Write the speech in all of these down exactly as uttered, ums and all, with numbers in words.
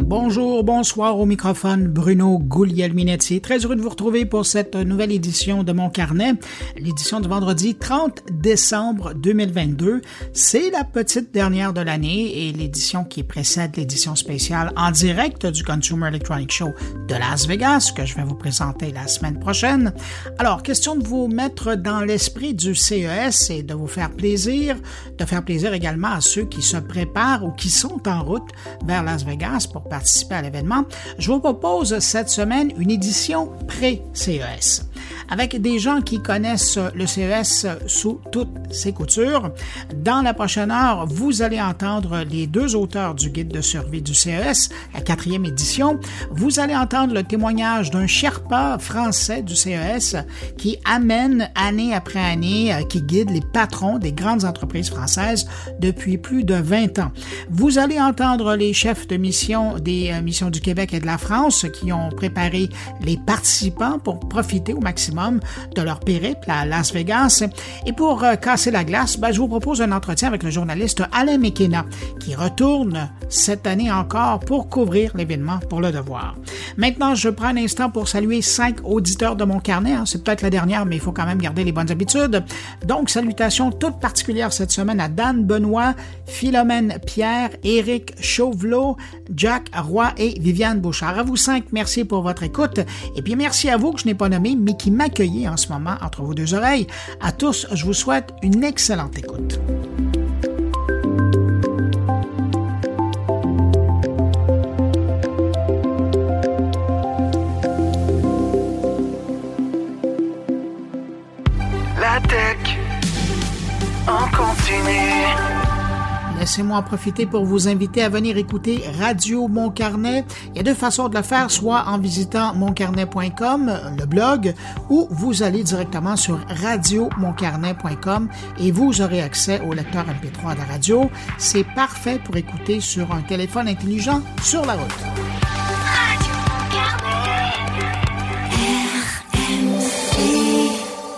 Bonjour, bonsoir au microphone, Bruno Guglielminetti. Très heureux de vous retrouver pour cette nouvelle édition de Mon Carnet, l'édition du vendredi trente décembre deux mille vingt-deux. C'est la petite dernière de l'année et l'édition qui précède l'édition spéciale en direct du Consumer Electronics Show de Las Vegas que je vais vous présenter la semaine prochaine. Alors, question de vous mettre dans l'esprit du C E S et de vous faire plaisir, de faire plaisir également à ceux qui se préparent ou qui sont en route vers Las Vegas pour participer à l'événement. Je vous propose cette semaine une édition pré-C E S avec des gens qui connaissent le C E S sous toutes ses coutures. Dans la prochaine heure, vous allez entendre les deux auteurs du guide de survie du C E S, la quatrième édition. Vous allez entendre le témoignage d'un Sherpa français du C E S qui amène année après année, qui guide les patrons des grandes entreprises françaises depuis plus de vingt ans. Vous allez entendre les chefs de mission des missions du Québec et de la France qui ont préparé les participants pour profiter au maximum de leur périple à Las Vegas. Et pour euh, casser la glace, ben, je vous propose un entretien avec le journaliste Alain McKenna qui retourne cette année encore pour couvrir l'événement pour Le Devoir. Maintenant, je prends un instant pour saluer cinq auditeurs de Mon Carnet. Hein. C'est peut-être la dernière, mais il faut quand même garder les bonnes habitudes. Donc, salutations toutes particulières cette semaine à Dan Benoît, Philomène Pierre, Éric Chauvelot, Jack Roy et Viviane Bouchard. À vous cinq, merci pour votre écoute. Et puis, merci à vous que je n'ai pas nommé, mais qui m'accueillez en ce moment entre vos deux oreilles. À tous, je vous souhaite une excellente écoute. La tech en continu. Laissez-moi en profiter pour vous inviter à venir écouter Radio Mon Carnet. Il y a deux façons de le faire, soit en visitant mon carnet point com, le blog, ou vous allez directement sur radio mon carnet point com et vous aurez accès au lecteur M P trois de la radio. C'est parfait pour écouter sur un téléphone intelligent sur la route. Radio Mon Carnet. R M C.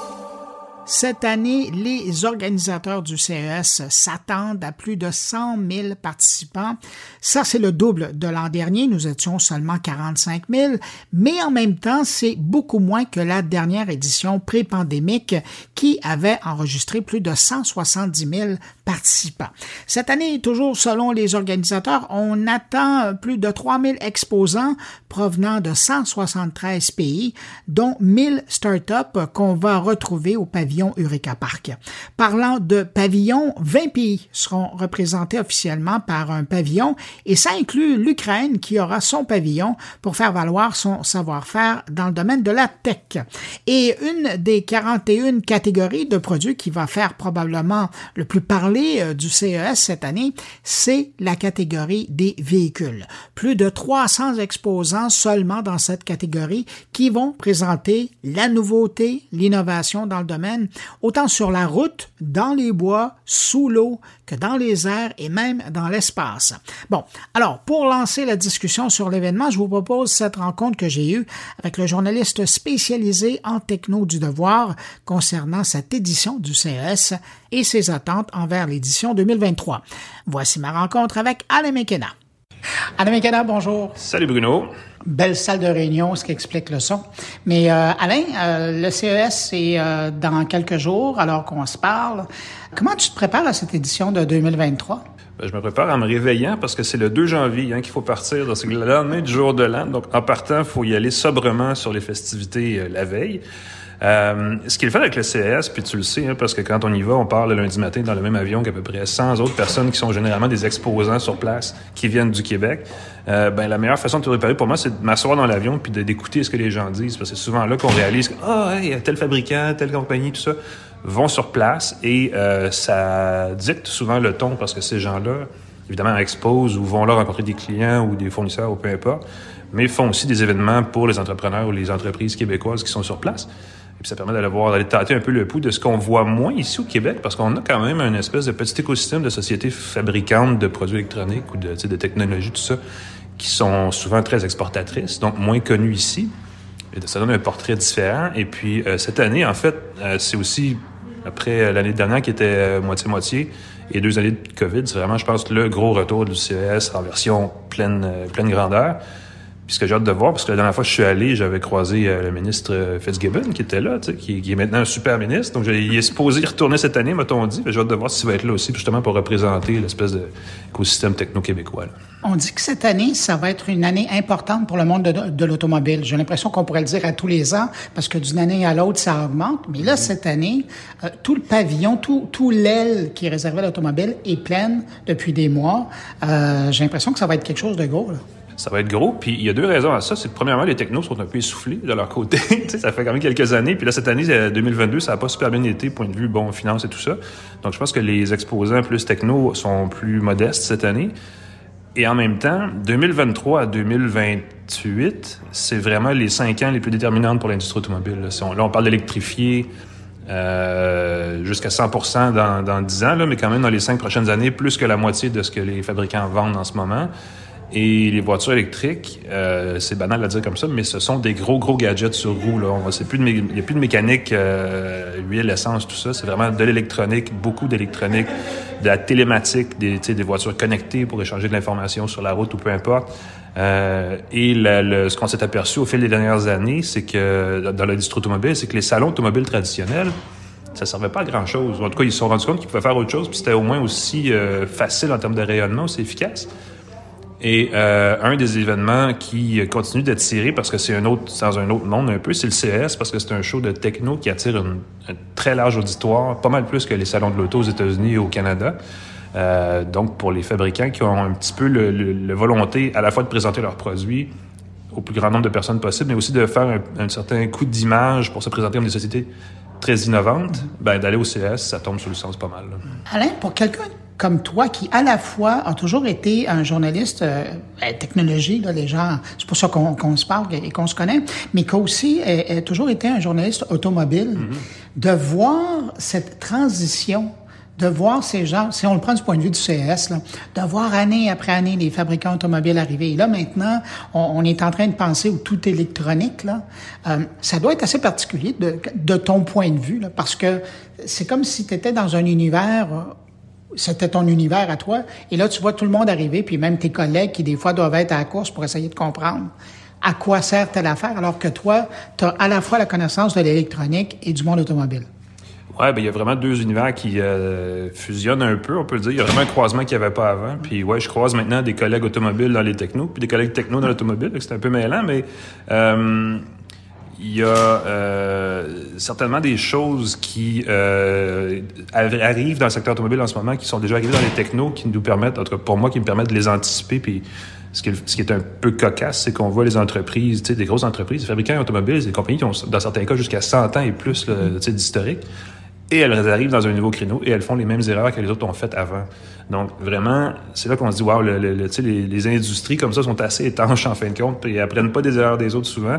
Cette année, les organisateurs du C E S s'attendent à plus de cent mille participants. Ça, c'est le double de l'an dernier. Nous étions seulement quarante-cinq mille, mais en même temps, c'est beaucoup moins que la dernière édition pré-pandémique qui avait enregistré plus de cent soixante-dix mille participants. Cette année, toujours selon les organisateurs, on attend plus de trois mille exposants provenant de cent soixante-treize pays, dont mille startups qu'on va retrouver au pavillon Eureka Park. Parlant de pavillons, vingt pays seront représentés officiellement par un pavillon et ça inclut l'Ukraine qui aura son pavillon pour faire valoir son savoir-faire dans le domaine de la tech. Et une des quarante et une catégories de produits qui va faire probablement le plus parler du C E S cette année, c'est la catégorie des véhicules. Plus de trois cents exposants seulement dans cette catégorie qui vont présenter la nouveauté, l'innovation dans le domaine, autant sur la route, dans les bois, sous l'eau, que dans les airs et même dans l'espace. Bon, alors, pour lancer la discussion sur l'événement, je vous propose cette rencontre que j'ai eue avec le journaliste spécialisé en techno du Devoir concernant cette édition du C E S et ses attentes envers l'édition deux mille vingt-trois. Voici ma rencontre avec Alain McKenna. Alain McKenna, bonjour. Salut Bruno. Belle salle de réunion, ce qui explique le son. Mais euh, Alain, euh, le C E S, c'est euh, dans quelques jours, alors qu'on se parle. Comment tu te prépares à cette édition de deux mille vingt-trois? Ben, je me prépare en me réveillant parce que c'est le deux janvier hein, qu'il faut partir. Donc, c'est le lendemain du jour de l'an. Donc, en partant, il faut y aller sobrement sur les festivités euh, la veille. Euh, ce qui est le fait avec le C E S, puis tu le sais, hein, parce que quand on y va, on part le lundi matin dans le même avion qu'à peu près cent autres personnes qui sont généralement des exposants sur place, qui viennent du Québec. Euh, ben, la meilleure façon de te préparer pour moi, c'est de m'asseoir dans l'avion puis de, d'écouter ce que les gens disent, parce que c'est souvent là qu'on réalise que, ah, oh, hey, tel fabricant, telle compagnie, tout ça, vont sur place et euh, ça dicte souvent le ton, parce que ces gens-là, évidemment, exposent ou vont là rencontrer des clients ou des fournisseurs ou peu importe, mais font aussi des événements pour les entrepreneurs ou les entreprises québécoises qui sont sur place. Et puis ça permet d'aller voir, d'aller tâter un peu le pouls de ce qu'on voit moins ici au Québec, parce qu'on a quand même une espèce de petit écosystème de sociétés fabricantes de produits électroniques ou de, de technologies, tout ça, qui sont souvent très exportatrices, donc moins connues ici. Et ça donne un portrait différent. Et puis euh, cette année, en fait, euh, c'est aussi Après l'année dernière qui était moitié-moitié et deux années de COVID, c'est vraiment, je pense, le gros retour du C E S en version pleine, pleine grandeur. Puis ce que j'ai hâte de voir, parce que la dernière fois que je suis allé, j'avais croisé euh, le ministre Fitzgibbon qui était là, tu sais, qui, qui est maintenant un super ministre. Donc, il est supposé y retourner cette année, m'a-t-on dit. J'ai hâte de voir s'il va être là aussi, justement pour représenter l'espèce d'écosystème techno-québécois. Là. On dit que cette année, ça va être une année importante pour le monde de, de l'automobile. J'ai l'impression qu'on pourrait le dire à tous les ans, parce que d'une année à l'autre, ça augmente. Mais là, cette année, euh, tout le pavillon, tout, tout l'aile qui est réservé à l'automobile est pleine depuis des mois. Euh, j'ai l'impression que ça va être quelque chose de gros, là. Ça va être gros, puis il y a deux raisons à ça. C'est que premièrement, les technos sont un peu essoufflés de leur côté. Ça fait quand même quelques années. Puis là, cette année, deux mille vingt-deux, ça n'a pas super bien été, point de vue, bon, finance et tout ça. Donc, je pense que les exposants plus techno sont plus modestes cette année. Et en même temps, deux mille vingt-trois à deux mille vingt-huit, c'est vraiment les cinq ans les plus déterminantes pour l'industrie automobile. Là, si on, là, on parle d'électrifier euh, jusqu'à cent pour cent dans, dans dix ans, là, mais quand même dans les cinq prochaines années, plus que la moitié de ce que les fabricants vendent en ce moment. Et les voitures électriques, euh, c'est banal à dire comme ça, mais ce sont des gros, gros gadgets sur roues. Là. On, c'est plus de, il n'y a plus de mécanique, euh, huile, essence, tout ça. C'est vraiment de l'électronique, beaucoup d'électronique, de la télématique, des, des voitures connectées pour échanger de l'information sur la route ou peu importe. Euh, et la, le, ce qu'on s'est aperçu au fil des dernières années, c'est que dans l'industrie automobile, c'est que les salons automobiles traditionnels, ça servait pas à grand-chose. En tout cas, ils se sont rendus compte qu'ils pouvaient faire autre chose, puis c'était au moins aussi euh, facile en termes de rayonnement, aussi efficace. Et euh, un des événements qui continue d'attirer, parce que c'est un autre, dans un autre monde un peu, c'est le C E S, parce que c'est un show de techno qui attire une, un très large auditoire, pas mal plus que les salons de l'auto aux États-Unis et au Canada. Euh, donc, pour les fabricants qui ont un petit peu le, le, le volonté à la fois de présenter leurs produits au plus grand nombre de personnes possible, mais aussi de faire un, un certain coup d'image pour se présenter comme des sociétés très innovantes, ben, d'aller au C E S, ça tombe sur le sens pas mal. Là. Alain, pour quelqu'un comme toi, qui à la fois a toujours été un journaliste euh, technologie, là, les gens, c'est pour ça qu'on, qu'on se parle et qu'on se connaît, mais qui aussi a, a toujours été un journaliste automobile, mm-hmm. de voir cette transition, de voir ces gens, si on le prend du point de vue du C E S, là, de voir année après année les fabricants automobiles arriver. Et là, maintenant, on, on est en train de penser au tout électronique, là. Euh, ça doit être assez particulier de, de ton point de vue, là, parce que c'est comme si tu étais dans un univers... C'était ton univers à toi. Et là, tu vois tout le monde arriver, puis même tes collègues qui, des fois, doivent être à la course pour essayer de comprendre à quoi sert telle affaire, alors que toi, tu as à la fois la connaissance de l'électronique et du monde automobile. Ouais, ben il y a vraiment deux univers qui euh, fusionnent un peu, on peut le dire. Il y a vraiment un croisement qu'il n'y avait pas avant. Puis ouais, je croise maintenant des collègues automobiles dans les technos, puis des collègues techno dans l'automobile. Donc c'est un peu mêlant, mais... Euh, il y a euh, certainement des choses qui euh, arrivent dans le secteur automobile en ce moment, qui sont déjà arrivées dans les technos, qui nous permettent, en tout cas pour moi, qui me permettent de les anticiper. Puis ce qui est, ce qui est un peu cocasse, c'est qu'on voit les entreprises, tu sais, des grosses entreprises, des fabricants automobiles, des compagnies qui ont, dans certains cas, jusqu'à cent ans et plus, là, tu sais, d'historique. Et elles arrivent dans un nouveau créneau et elles font les mêmes erreurs que les autres ont faites avant. Donc, vraiment, c'est là qu'on se dit, wow, le, le, le, tu sais, les, les industries comme ça sont assez étanches en fin de compte, puis elles apprennent pas des erreurs des autres souvent.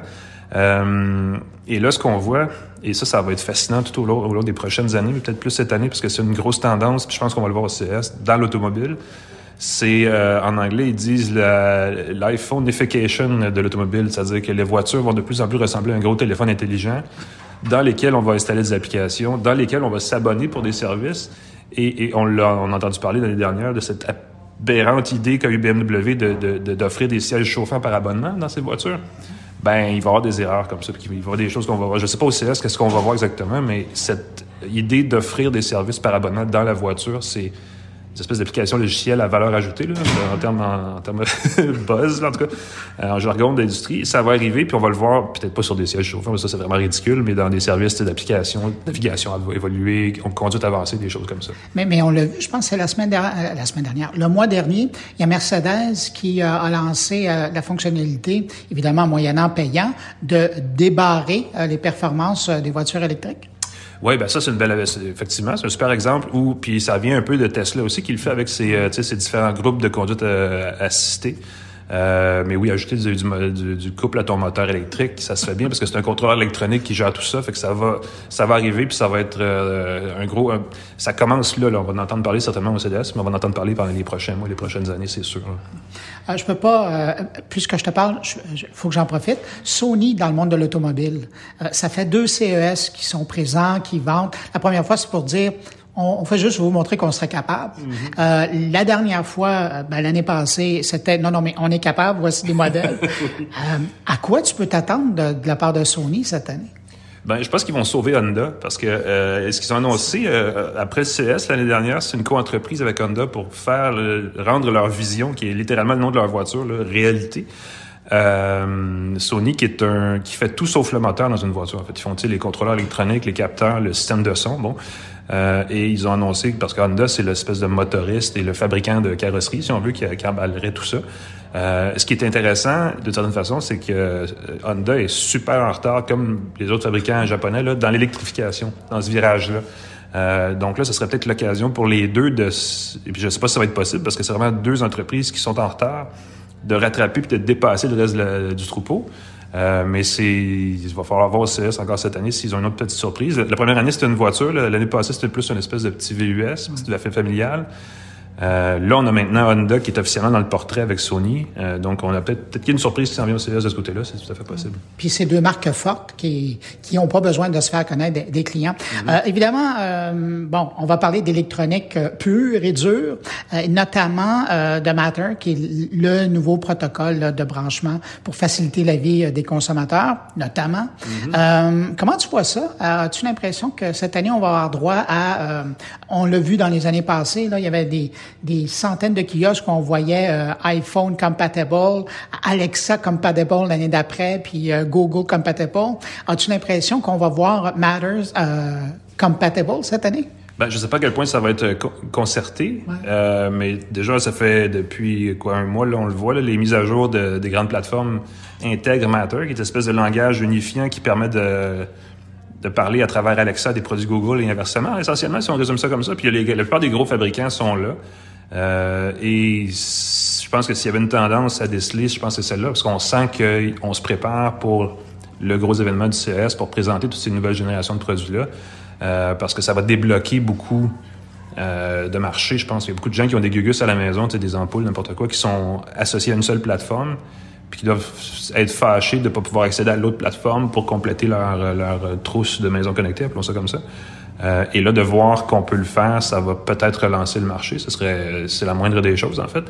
Euh, et là, ce qu'on voit, et ça, ça va être fascinant tout au long, au long des prochaines années, mais peut-être plus cette année, parce que c'est une grosse tendance, puis je pense qu'on va le voir au C E S, dans l'automobile. C'est, euh, en anglais, ils disent la, l'iPhoneification de l'automobile, c'est-à-dire que les voitures vont de plus en plus ressembler à un gros téléphone intelligent, dans lesquels on va installer des applications, dans lesquels on va s'abonner pour des services. Et, et on l'a on a entendu parler l'année dernière de cette aberrante idée qu'a eu B M W de, de, de, d'offrir des sièges chauffants par abonnement dans ces voitures. Ben, il va y avoir des erreurs comme ça, puis il va y avoir des choses qu'on va voir. Je sais pas au C E S qu'est-ce qu'on va voir exactement, mais cette idée d'offrir des services par abonnement dans la voiture, c'est une espèce d'application logicielle à valeur ajoutée, là, en termes en, en termes buzz, là, en tout cas, en jargon d'industrie. Ça va arriver, puis on va le voir, peut-être pas sur des sièges chauffants, mais ça, c'est vraiment ridicule, mais dans des services d'application, navigation évoluée, conduite avancée, des choses comme ça. Mais, mais on l'a vu, je pense que c'est la semaine, dernière, la semaine dernière. Le mois dernier, il y a Mercedes qui euh, a lancé euh, la fonctionnalité, évidemment moyennant payant, de débarrer euh, les performances euh, des voitures électriques. Oui, ben ça, c'est une belle... Effectivement, c'est un super exemple où... Puis ça vient un peu de Tesla aussi, qui le fait avec ses, euh, ses différents groupes de conduite euh, assistée. Euh, mais oui, ajouter du, du, du, du couple à ton moteur électrique, ça se fait bien parce que c'est un contrôleur électronique qui gère tout ça, fait que ça va, ça va arriver puis ça va être euh, un gros, un, ça commence là, là, on va en entendre parler certainement au C D S, mais on va en entendre parler pendant les prochains mois, les prochaines années, c'est sûr. Euh, je peux pas, euh, puisque je te parle, il faut que j'en profite. Sony dans le monde de l'automobile, euh, ça fait deux C E S qui sont présents, qui vendent. La première fois, c'est pour dire On, on fait juste vous montrer qu'on serait capable. Mm-hmm. Euh, la dernière fois, ben, l'année passée, c'était non, non, mais on est capable, voici des modèles. euh, à quoi tu peux t'attendre de, de la part de Sony cette année? Ben, je pense qu'ils vont sauver Honda parce que euh, ce qu'ils ont annoncé euh, après le C E S l'année dernière, c'est une co-entreprise avec Honda pour faire le, rendre leur vision, qui est littéralement le nom de leur voiture, là, réalité. Euh, Sony qui est un qui fait tout sauf le moteur dans une voiture. En fait, ils font les contrôleurs électroniques, les capteurs, le système de son. Bon, euh, et ils ont annoncé parce que Honda c'est l'espèce de motoriste et le fabricant de carrosserie, si on veut, qui, qui emballerait tout ça. Euh, ce qui est intéressant, de certaine façon, c'est que euh, Honda est super en retard, comme les autres fabricants japonais, là, dans l'électrification, dans ce virage-là. Euh, donc là, ce serait peut-être l'occasion pour les deux de... Et puis je sais pas si ça va être possible, parce que c'est vraiment deux entreprises qui sont en retard, de rattraper puis de dépasser le reste de la, du troupeau. Euh, mais c'est, il va falloir voir au C E S encore cette année s'ils ont une autre petite surprise. La première année, c'était une voiture. Là. L'année passée, c'était plus une espèce de petit V U S, petite affaire familiale. Euh, là, on a maintenant Honda qui est officiellement dans le portrait avec Sony. Euh, donc, on a peut-être, peut-être qu'il y a une surprise qui s'en vient au C E S de ce côté-là. C'est tout à fait possible. Puis, c'est deux marques fortes qui qui n'ont pas besoin de se faire connaître des, des clients. Mm-hmm. Euh, évidemment, euh, bon, on va parler d'électronique euh, pure et dure, euh, notamment euh, de Matter, qui est le nouveau protocole là, de branchement pour faciliter la vie euh, des consommateurs, notamment. Mm-hmm. Euh, comment tu vois ça? Euh, as-tu l'impression que cette année, on va avoir droit à... Euh, on l'a vu dans les années passées, là, il y avait des des centaines de kiosques qu'on voyait euh, iPhone compatible, Alexa compatible l'année d'après, puis euh, Google compatible. As-tu l'impression qu'on va voir Matters euh, compatible cette année? Ben, je sais pas à quel point ça va être co- concerté, ouais. euh, mais déjà, ça fait depuis quoi un mois, là, on le voit, là, les mises à jour de, des grandes plateformes intègrent Matter, qui est une espèce de langage unifiant qui permet de... de parler à travers Alexa des produits Google et inversement, essentiellement, si on résume ça comme ça. Puis les, la plupart des gros fabricants sont là. Euh, et je pense que s'il y avait une tendance à déceler, je pense que c'est celle-là, parce qu'on sent qu'on se prépare pour le gros événement du C E S pour présenter toutes ces nouvelles générations de produits-là, euh, parce que ça va débloquer beaucoup euh, de marchés. Je pense qu'il y a beaucoup de gens qui ont des gugus à la maison, tu sais, des ampoules, n'importe quoi, qui sont associés à une seule plateforme, puis qui doivent être fâchés de ne pas pouvoir accéder à l'autre plateforme pour compléter leur, leur trousse de maisons connectées, appelons ça comme ça. Euh, et là, de voir qu'on peut le faire, ça va peut-être relancer le marché. Ce serait, c'est la moindre des choses, en fait.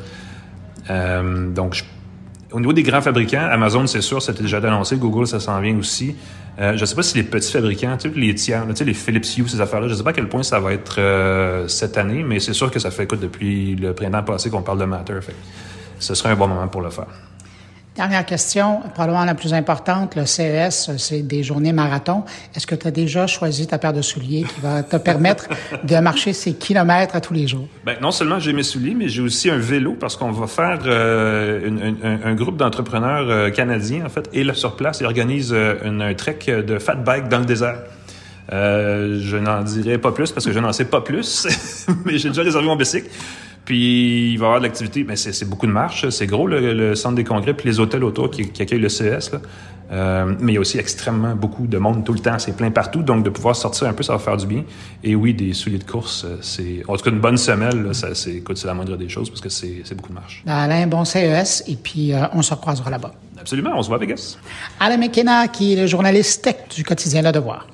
Euh, donc, je, au niveau des grands fabricants, Amazon, c'est sûr, c'était déjà annoncé. Google, ça s'en vient aussi. Euh, je ne sais pas si les petits fabricants, tu sais, les tiers, tu sais, les Philips Hue, ces affaires-là, je ne sais pas à quel point ça va être euh, cette année, mais c'est sûr que ça fait, écoute, depuis le printemps passé qu'on parle de Matter. Fait. Ce serait un bon moment pour le faire. Dernière question, probablement la plus importante, le C E S, c'est des journées marathon. Est-ce que tu as déjà choisi ta paire de souliers qui va te permettre de marcher ces kilomètres à tous les jours? Ben, non seulement j'ai mes souliers, mais j'ai aussi un vélo parce qu'on va faire euh, une, un, un groupe d'entrepreneurs euh, canadiens, en fait, et là, sur place, ils organisent euh, une, un trek de fat bike dans le désert. Euh, je n'en dirai pas plus parce que je n'en sais pas plus, mais j'ai déjà réservé mon bicycle. Puis, il va y avoir de l'activité. Mais c'est, c'est beaucoup de marche. C'est gros, le, le centre des congrès, puis les hôtels autour qui, qui accueillent le C E S. Là. Euh, mais il y a aussi extrêmement beaucoup de monde tout le temps. C'est plein partout. Donc, de pouvoir sortir un peu, ça va faire du bien. Et oui, des souliers de course, c'est... En tout cas, une bonne semelle, là, ça, c'est, écoute, c'est la moindre des choses parce que c'est, c'est beaucoup de marche. Alain, bon C E S. Et puis, euh, on se recroisera là-bas. Absolument. On se voit à Vegas. Alain McKenna, qui est le journaliste tech du quotidien Le Devoir.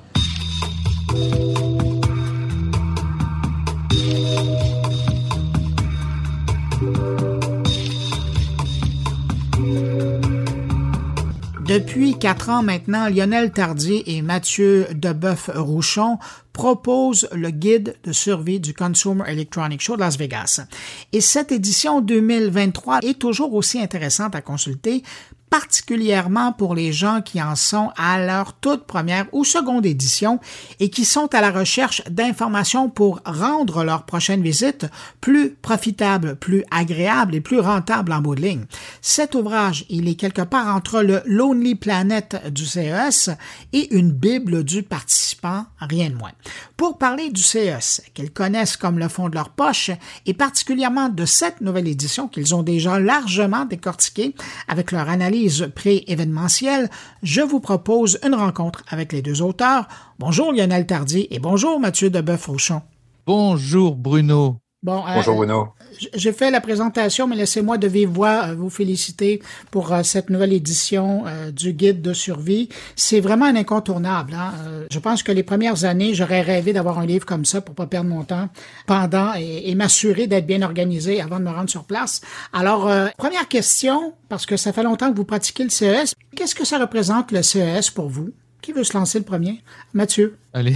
Depuis quatre ans maintenant, Lionel Tardier et Mathieu Deboeuf-Rouchon proposent le guide de survie du Consumer Electronics Show de Las Vegas. Et cette édition deux mille vingt-trois est toujours aussi intéressante à consulter particulièrement pour les gens qui en sont à leur toute première ou seconde édition et qui sont à la recherche d'informations pour rendre leur prochaine visite plus profitable, plus agréable et plus rentable en bout de ligne. Cet ouvrage, il est quelque part entre le Lonely Planet du C E S et une Bible du participant, rien de moins. Pour parler du C E S, qu'ils connaissent comme le fond de leur poche, et particulièrement de cette nouvelle édition qu'ils ont déjà largement décortiquée avec leur analyse pré-événementielle, je vous propose une rencontre avec les deux auteurs. Bonjour Lionel Tardy et bonjour Mathieu Deboeuf-Auchon. Bonjour Bruno. Bon, euh, Bonjour Bruno. J'ai fait la présentation, mais laissez-moi de vive voix euh, vous féliciter pour euh, cette nouvelle édition euh, du Guide de survie. C'est vraiment un incontournable. Hein? Euh, je pense que les premières années, j'aurais rêvé d'avoir un livre comme ça pour pas perdre mon temps pendant et, et m'assurer d'être bien organisé avant de me rendre sur place. Alors, euh, première question, parce que ça fait longtemps que vous pratiquez le C E S. Qu'est-ce que ça représente le C E S pour vous? Qui veut se lancer le premier? Mathieu. Allez.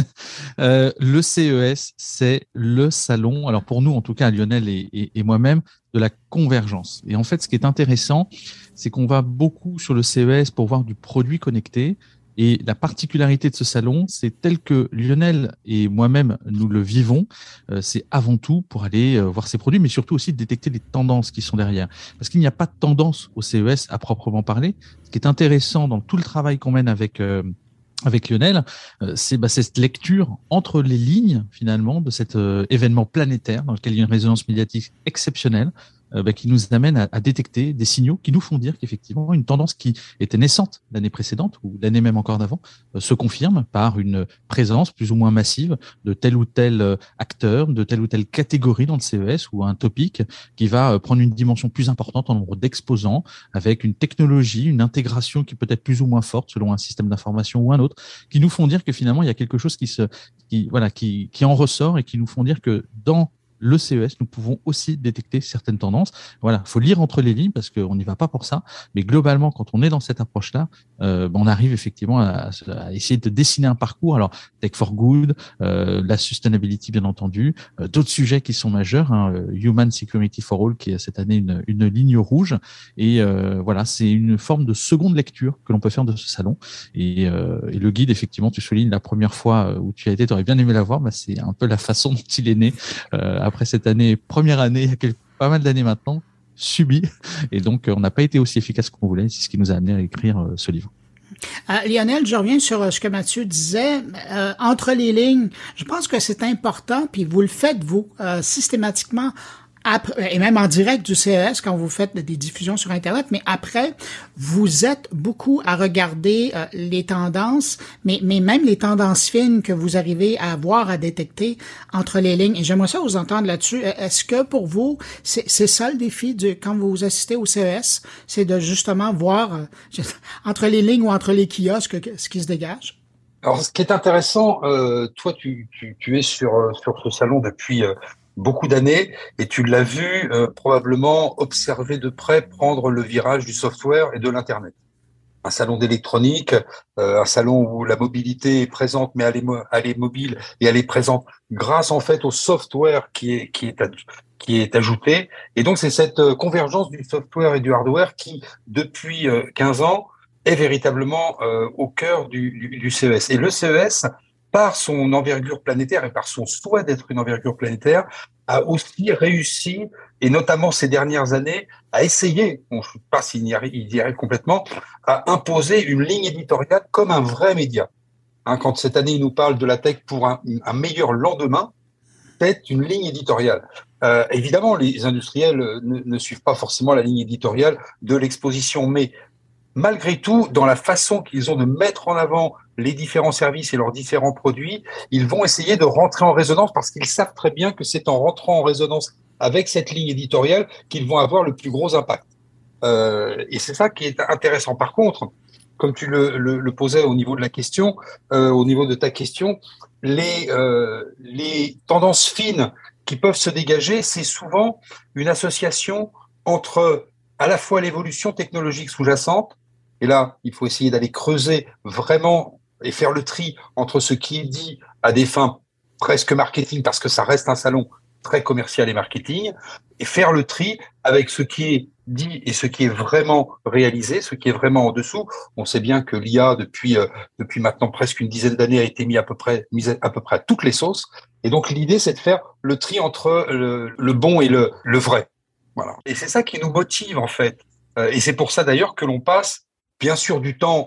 euh, le C E S, c'est le salon, alors pour nous en tout cas, Lionel et, et, et moi-même, de la convergence. Et en fait, ce qui est intéressant, c'est qu'on va beaucoup sur le C E S pour voir du produit connecté. Et la particularité de ce salon, c'est tel que Lionel et moi-même, nous le vivons, euh, c'est avant tout pour aller euh, voir ces produits, mais surtout aussi de détecter les tendances qui sont derrière. Parce qu'il n'y a pas de tendance au C E S à proprement parler. Ce qui est intéressant dans tout le travail qu'on mène avec euh, avec Lionel, euh, c'est bah, cette lecture entre les lignes, finalement, de cet euh, événement planétaire dans lequel il y a une résonance médiatique exceptionnelle, Euh, bah, qui nous amène à, à détecter des signaux qui nous font dire qu'effectivement une tendance qui était naissante l'année précédente ou l'année même encore d'avant euh, se confirme par une présence plus ou moins massive de tel ou tel euh, acteur, de telle ou telle catégorie dans le C E S ou un topic qui va euh, prendre une dimension plus importante en nombre d'exposants avec une technologie, une intégration qui peut être plus ou moins forte selon un système d'information ou un autre, qui nous font dire que finalement il y a quelque chose qui se, qui voilà, qui, qui en ressort et qui nous font dire que dans le C E S, nous pouvons aussi détecter certaines tendances. Voilà, faut lire entre les lignes parce qu'on n'y va pas pour ça. Mais globalement, quand on est dans cette approche-là, euh, on arrive effectivement à, à essayer de dessiner un parcours. Alors, Tech for Good, euh, la sustainability, bien entendu, euh, d'autres sujets qui sont majeurs, hein, Human Security for All, qui est cette année une, une ligne rouge. Et euh, voilà, c'est une forme de seconde lecture que l'on peut faire de ce salon. Et, euh, et le guide, effectivement, tu soulignes la première fois où tu as été, tu aurais bien aimé la voir, bah, c'est un peu la façon dont il est né. Euh, après cette année, première année, il y a quelques, pas mal d'années maintenant, subie. Et donc, on n'a pas été aussi efficace qu'on voulait. C'est ce qui nous a amené à écrire euh, ce livre. Euh, Lionel, je reviens sur ce que Mathieu disait. Euh, entre les lignes, je pense que c'est important, puis vous le faites, vous, euh, systématiquement, après, et même en direct du C E S quand vous faites des diffusions sur Internet, mais après, vous êtes beaucoup à regarder euh, les tendances, mais, mais même les tendances fines que vous arrivez à voir, à détecter entre les lignes. Et j'aimerais ça vous entendre là-dessus. Est-ce que pour vous, c'est, c'est ça le défi de, quand vous assistez au C E S, c'est de justement voir euh, entre les lignes ou entre les kiosques ce qui se dégage? Alors, ce qui est intéressant, euh, toi, tu, tu, tu es sur, sur ce salon depuis euh, beaucoup d'années et tu l'as vu euh, probablement observer de près prendre le virage du software et de l'Internet. Un salon d'électronique, euh, un salon où la mobilité est présente, mais elle est, mo- elle est mobile et elle est présente grâce en fait au software qui est qui est ad- qui est ajouté. Et donc c'est cette euh, convergence du software et du hardware qui, depuis euh, quinze ans, est véritablement euh, au cœur du, du, du C E S. Et le C E S, par son envergure planétaire et par son souhait d'être une envergure planétaire, a aussi réussi, et notamment ces dernières années, à essayer, bon, je ne sais pas s'il y arrive, il y arrive complètement, à imposer une ligne éditoriale comme un vrai média. Hein, quand cette année, il nous parle de la tech pour un, un meilleur lendemain, c'est une ligne éditoriale. Euh, évidemment, les industriels ne, ne suivent pas forcément la ligne éditoriale de l'exposition, mais malgré tout, dans la façon qu'ils ont de mettre en avant les différents services et leurs différents produits, ils vont essayer de rentrer en résonance parce qu'ils savent très bien que c'est en rentrant en résonance avec cette ligne éditoriale qu'ils vont avoir le plus gros impact. Euh, et c'est ça qui est intéressant. Par contre, comme tu le, le, le posais au niveau de la question, euh, au niveau de ta question, les, euh, les tendances fines qui peuvent se dégager, c'est souvent une association entre à la fois l'évolution technologique sous-jacente, et là, il faut essayer d'aller creuser vraiment et faire le tri entre ce qui est dit à des fins presque marketing, parce que ça reste un salon, très commercial et marketing, et faire le tri avec ce qui est dit et ce qui est vraiment réalisé, ce qui est vraiment en dessous. On sait bien que l'I A, depuis euh, depuis maintenant presque une dizaine d'années, a été mis à peu près mis à peu près à toutes les sauces. Et donc l'idée, c'est de faire le tri entre le, le bon et le, le vrai. Voilà. Et c'est ça qui nous motive en fait. Euh, et c'est pour ça d'ailleurs que l'on passe bien sûr du temps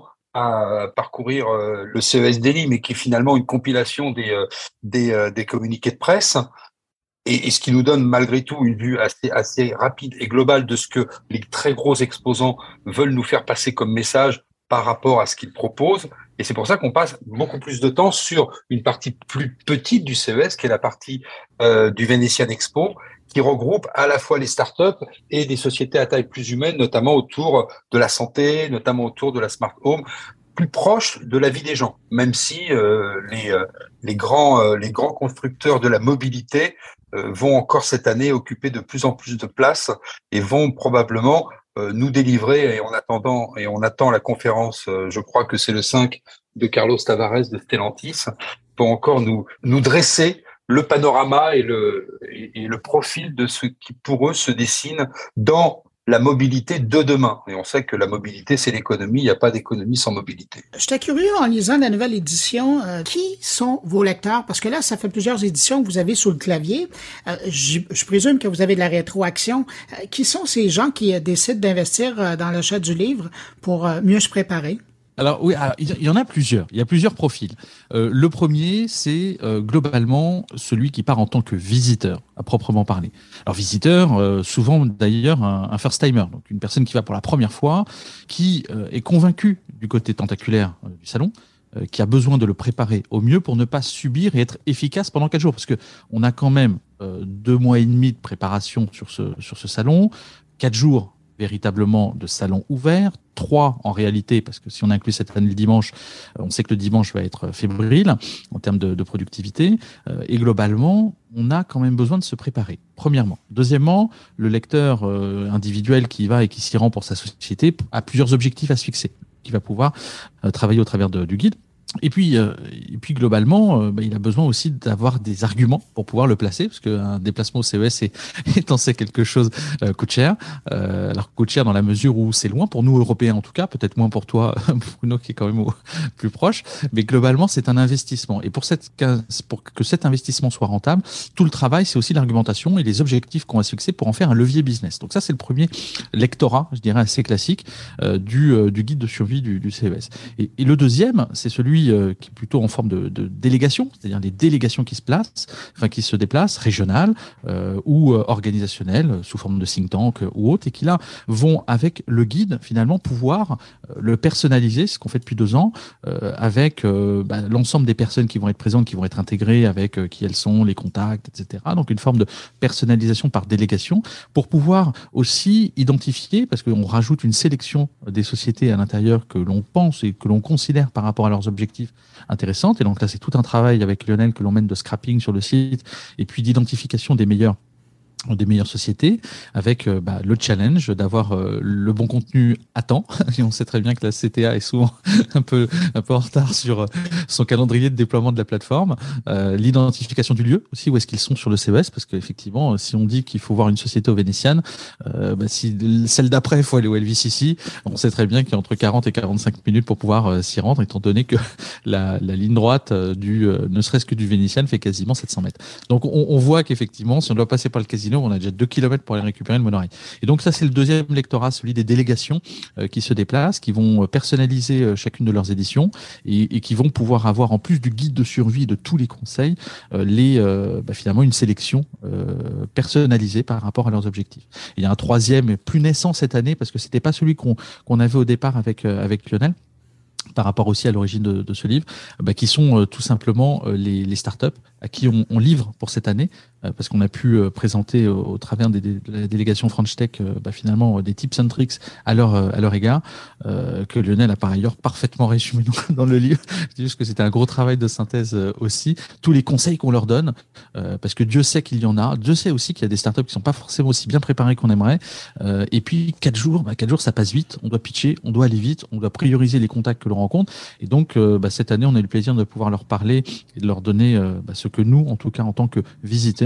à parcourir euh, le C E S Daily, mais qui est finalement une compilation des euh, des, euh, des communiqués de presse. Et, et ce qui nous donne malgré tout une vue assez, assez rapide et globale de ce que les très gros exposants veulent nous faire passer comme message par rapport à ce qu'ils proposent. Et c'est pour ça qu'on passe beaucoup plus de temps sur une partie plus petite du C E S, qui est la partie euh, du Venetian Expo, qui regroupe à la fois les startups et des sociétés à taille plus humaine, notamment autour de la santé, notamment autour de la smart home, plus proche de la vie des gens, même si euh, les, euh, les, grands, euh, les grands constructeurs de la mobilité euh, vont encore cette année occuper de plus en plus de place et vont probablement euh, nous délivrer, et en attendant, et on attend la conférence, euh, je crois que c'est le cinq, de Carlos Tavares de Stellantis, pour encore nous, nous dresser le panorama et le, et, et le profil de ce qui pour eux se dessine dans la mobilité de demain. Et on sait que la mobilité, c'est l'économie. Il n'y a pas d'économie sans mobilité. J'étais curieux en lisant la nouvelle édition. Euh, qui sont vos lecteurs? Parce que là, ça fait plusieurs éditions que vous avez sous le clavier. Euh, je, je présume que vous avez de la rétroaction. Euh, qui sont ces gens qui euh, décident d'investir euh, dans l'achat du livre pour euh, mieux se préparer? Alors oui, alors, il y en a plusieurs. Il y a plusieurs profils. Euh, le premier, c'est euh, globalement celui qui part en tant que visiteur, à proprement parler. Alors visiteur, euh, souvent d'ailleurs un, un first-timer, donc une personne qui va pour la première fois, qui euh, est convaincue du côté tentaculaire euh, du salon, euh, qui a besoin de le préparer au mieux pour ne pas subir et être efficace pendant quatre jours, parce que on a quand même euh, deux mois et demi de préparation sur ce sur ce salon, quatre jours véritablement de salon ouvert, trois en réalité, parce que si on inclut cette année le dimanche, on sait que le dimanche va être fébrile en termes de, de productivité, euh, et globalement, on a quand même besoin de se préparer, premièrement. Deuxièmement, le lecteur euh, individuel qui va et qui s'y rend pour sa société a plusieurs objectifs à se fixer, qui va pouvoir euh, travailler au travers de, du guide. Et puis, euh, et puis globalement, euh, bah, il a besoin aussi d'avoir des arguments pour pouvoir le placer, parce qu'un déplacement au C E S est, étant c'est quelque chose euh, coûte cher. Euh, alors coûte cher dans la mesure où c'est loin pour nous Européens en tout cas, peut-être moins pour toi Bruno qui est quand même au, plus proche, mais globalement c'est un investissement. Et pour, cette, pour que cet investissement soit rentable, tout le travail c'est aussi l'argumentation et les objectifs qu'on va se fixer pour en faire un levier business. Donc ça c'est le premier lectorat, je dirais assez classique euh, du, euh, du guide de survie du, du C E S. Et, et le deuxième, c'est celui euh, qui est plutôt en forme de, de délégation, c'est-à-dire les délégations qui se placent, enfin qui se déplacent, régionales euh, ou euh, organisationnelles, sous forme de think tank euh, ou autres, et qui là vont avec le guide finalement pouvoir euh, le personnaliser, ce qu'on fait depuis deux ans, euh, avec euh, bah, l'ensemble des personnes qui vont être présentes, qui vont être intégrées, avec euh, qui elles sont, les contacts, et cetera. Donc une forme de personnalisation par délégation pour pouvoir aussi identifier, parce qu'on rajoute une sélection des sociétés à l'intérieur que l'on pense et que l'on considère par rapport à leurs objectifs intéressantes. Et donc là, c'est tout un travail avec Lionel que l'on mène de scrapping sur le site et puis d'identification des meilleurs des meilleures sociétés, avec euh, bah, le challenge d'avoir euh, le bon contenu à temps. Et on sait très bien que la C T A est souvent un peu un peu en retard sur euh, son calendrier de déploiement de la plateforme. Euh, l'identification du lieu aussi, où est-ce qu'ils sont sur le C E S, parce qu'effectivement, si on dit qu'il faut voir une société au Vénitian, euh, bah, si celle d'après, il faut aller au L V C C, on sait très bien qu'il y a entre quarante et quarante-cinq minutes pour pouvoir euh, s'y rendre, étant donné que la, la ligne droite euh, du euh, ne serait-ce que du Vénitian fait quasiment sept cents mètres. Donc on, on voit qu'effectivement, si on doit passer par le casino, on a déjà deux kilomètres pour aller récupérer le monorail. Et donc ça, c'est le deuxième lectorat, celui des délégations euh, qui se déplacent, qui vont personnaliser euh, chacune de leurs éditions et, et qui vont pouvoir avoir, en plus du guide de survie, de tous les conseils, euh, les, euh, bah, finalement une sélection euh, personnalisée par rapport à leurs objectifs. Et il y a un troisième, plus naissant cette année, parce que c'était pas celui qu'on qu'on avait au départ avec, euh, avec Lionel, par rapport aussi à l'origine de, de ce livre, bah, qui sont euh, tout simplement euh, les, les startups à qui on, on livre pour cette année, euh, parce qu'on a pu euh, présenter au, au travers des, des, de la délégation French Tech euh, bah, finalement euh, des tips and tricks à leur, euh, à leur égard, euh, que Lionel a par ailleurs parfaitement résumé dans, dans le livre. Je dis juste que c'était un gros travail de synthèse euh, aussi. Tous les conseils qu'on leur donne, euh, parce que Dieu sait qu'il y en a, Dieu sait aussi qu'il y a des startups qui sont pas forcément aussi bien préparées qu'on aimerait. Euh, et puis quatre jours, bah, quatre jours ça passe vite. On doit pitcher, on doit aller vite, on doit prioriser les contacts que l'on rencontre. Et donc euh, bah, cette année, on a eu le plaisir de pouvoir leur parler et de leur donner euh, bah, ce que nous, en tout cas en tant que visiteurs,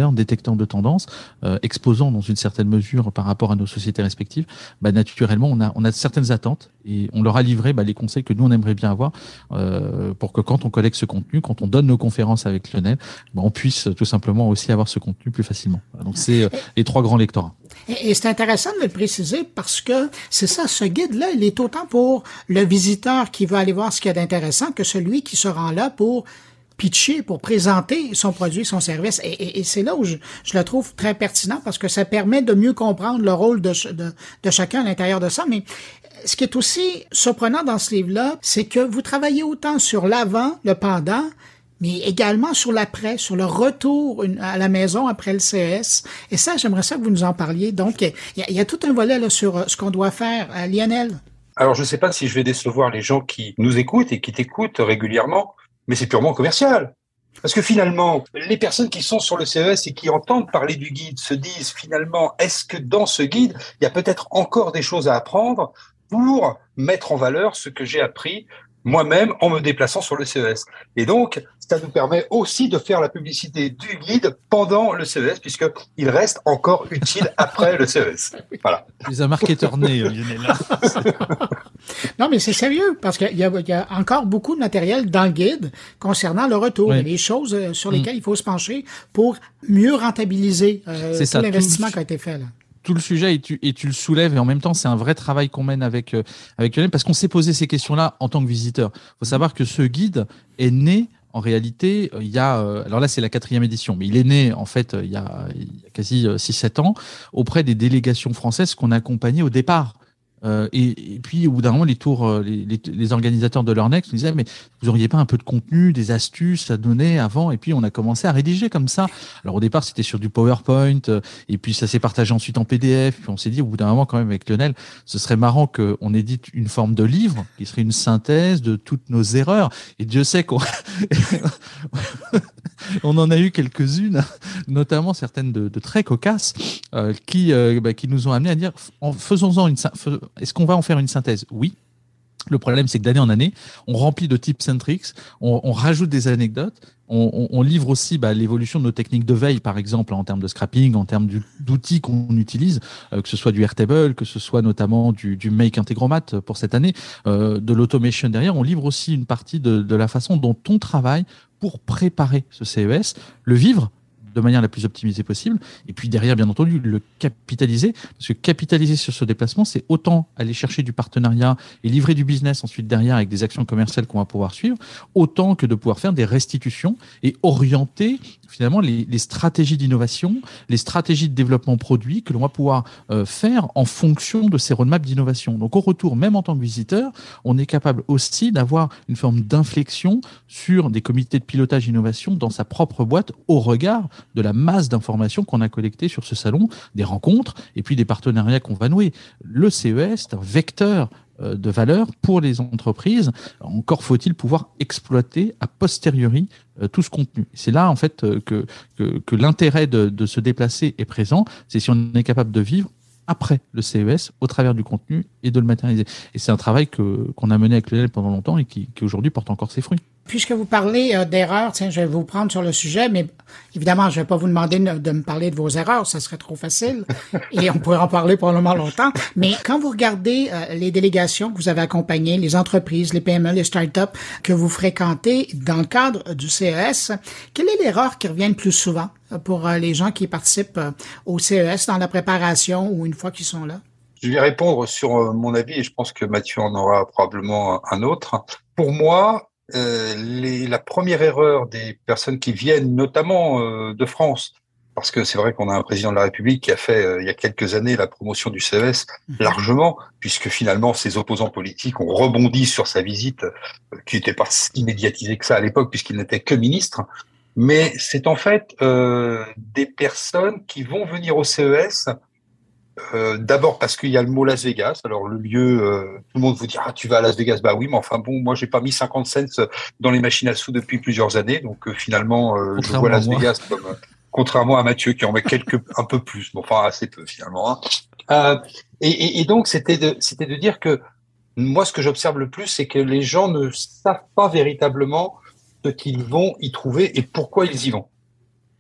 ingénieurs, détecteurs de tendances, euh, exposants dans une certaine mesure par rapport à nos sociétés respectives, bah, naturellement, on a, on a certaines attentes et on leur a livré bah, les conseils que nous, on aimerait bien avoir euh, pour que quand on collecte ce contenu, quand on donne nos conférences avec Lionel, bah, on puisse tout simplement aussi avoir ce contenu plus facilement. Donc, c'est euh, les trois grands lectorats. Et, et c'est intéressant de le préciser parce que c'est ça, ce guide-là, il est autant pour le visiteur qui veut aller voir ce qu'il y a d'intéressant que celui qui se rend là pour pitcher, pour présenter son produit, son service. Et, et, et c'est là où je, je le trouve très pertinent parce que ça permet de mieux comprendre le rôle de, de, de chacun à l'intérieur de ça. Mais ce qui est aussi surprenant dans ce livre-là, c'est que vous travaillez autant sur l'avant, le pendant, mais également sur l'après, sur le retour à la maison après le C E S. Et ça, j'aimerais ça que vous nous en parliez. Donc, il y a, il y a tout un volet là sur ce qu'on doit faire. Euh, Lionel? Alors, je ne sais pas si je vais décevoir les gens qui nous écoutent et qui t'écoutent régulièrement, mais c'est purement commercial. Parce que finalement, les personnes qui sont sur le C E S et qui entendent parler du guide se disent finalement, est-ce que dans ce guide, il y a peut-être encore des choses à apprendre pour mettre en valeur ce que j'ai appris moi-même en me déplaçant sur le C E S. Et donc, ça nous permet aussi de faire la publicité du guide pendant le C E S, puisqu'il reste encore utile après le C E S. Voilà. Tu es un marketeur né, Lionel. Non, mais c'est sérieux, parce qu'il y a, il y a encore beaucoup de matériel dans le guide concernant le retour. Oui. Il y a des choses sur lesquelles mmh. il faut se pencher pour mieux rentabiliser euh, tout ça, l'investissement tout... qui a été fait là. Tout le sujet et tu, et tu le soulèves et en même temps c'est un vrai travail qu'on mène avec euh, avec Lionel parce qu'on s'est posé ces questions-là en tant que visiteur. Il faut savoir que ce guide est né en réalité il y a euh, alors là c'est la quatrième édition mais il est né en fait il y a, il y a quasi six sept ans auprès des délégations françaises qu'on a accompagnées au départ. Euh, et, et puis au bout d'un moment les tours les, les, les organisateurs de l'Eurnext nous disaient mais vous auriez pas un peu de contenu, des astuces à donner avant, et puis on a commencé à rédiger comme ça. Alors au départ c'était sur du PowerPoint euh, et puis ça s'est partagé ensuite en P D F, puis on s'est dit au bout d'un moment quand même avec Lionel ce serait marrant qu'on édite une forme de livre qui serait une synthèse de toutes nos erreurs, et Dieu sait qu'on on en a eu quelques-unes, notamment certaines de, de très cocasses euh, qui, euh, bah, qui nous ont amené à dire en faisons-en une est-ce qu'on va en faire une synthèse? Oui. Le problème, c'est que d'année en année, on remplit de tips and tricks, on, on rajoute des anecdotes, on, on, on livre aussi bah, l'évolution de nos techniques de veille, par exemple, en termes de scrapping, en termes du, d'outils qu'on utilise, euh, que ce soit du Airtable, que ce soit notamment du, du Make Integromat pour cette année, euh, de l'automation derrière. On livre aussi une partie de, de la façon dont on travaille pour préparer ce C E S, le vivre de manière la plus optimisée possible, et puis derrière, bien entendu, le capitaliser, parce que capitaliser sur ce déplacement, c'est autant aller chercher du partenariat et livrer du business ensuite derrière avec des actions commerciales qu'on va pouvoir suivre, autant que de pouvoir faire des restitutions et orienter finalement les, les stratégies d'innovation, les stratégies de développement produit que l'on va pouvoir euh, faire en fonction de ces roadmaps d'innovation. Donc au retour, même en tant que visiteur, on est capable aussi d'avoir une forme d'inflexion sur des comités de pilotage innovation dans sa propre boîte au regard de la masse d'informations qu'on a collectées sur ce salon, des rencontres et puis des partenariats qu'on va nouer. Le C E S est un vecteur de valeur pour les entreprises. Encore faut-il pouvoir exploiter a posteriori tout ce contenu. C'est là en fait que, que, que l'intérêt de, de se déplacer est présent. C'est si on est capable de vivre après le C E S au travers du contenu et de le matérialiser. Et c'est un travail que, qu'on a mené avec Lionel pendant longtemps et qui, qui aujourd'hui porte encore ses fruits. Puisque vous parlez euh, d'erreurs, tiens, je vais vous prendre sur le sujet, mais évidemment, je vais pas vous demander de, de me parler de vos erreurs, ça serait trop facile, et on pourrait en parler probablement longtemps. Mais quand vous regardez euh, les délégations que vous avez accompagnées, les entreprises, les P M E, les startups que vous fréquentez dans le cadre du C E S, quelle est l'erreur qui revient le plus souvent pour euh, les gens qui participent euh, au C E S dans la préparation ou une fois qu'ils sont là? Je vais répondre sur euh, mon avis, et je pense que Mathieu en aura probablement un autre. Pour moi, Euh, les, la première erreur des personnes qui viennent notamment euh, de France, parce que c'est vrai qu'on a un président de la République qui a fait euh, il y a quelques années la promotion du C E S largement, puisque finalement ses opposants politiques ont rebondi sur sa visite, euh, qui n'était pas si médiatisée que ça à l'époque puisqu'il n'était que ministre. Mais c'est en fait euh, des personnes qui vont venir au C E S Euh, d'abord parce qu'il y a le mot Las Vegas. Alors le lieu, euh, tout le monde vous dit ah tu vas à Las Vegas, bah oui, mais enfin bon, moi j'ai pas mis cinquante cents dans les machines à sous depuis plusieurs années, donc euh, finalement euh, je vois Las Vegas comme euh, contrairement à Mathieu qui en met quelques un peu plus, bon, enfin assez peu finalement. Hein. Euh, et, et, et donc c'était de c'était de dire que moi ce que j'observe le plus, c'est que les gens ne savent pas véritablement ce qu'ils vont y trouver et pourquoi ils y vont.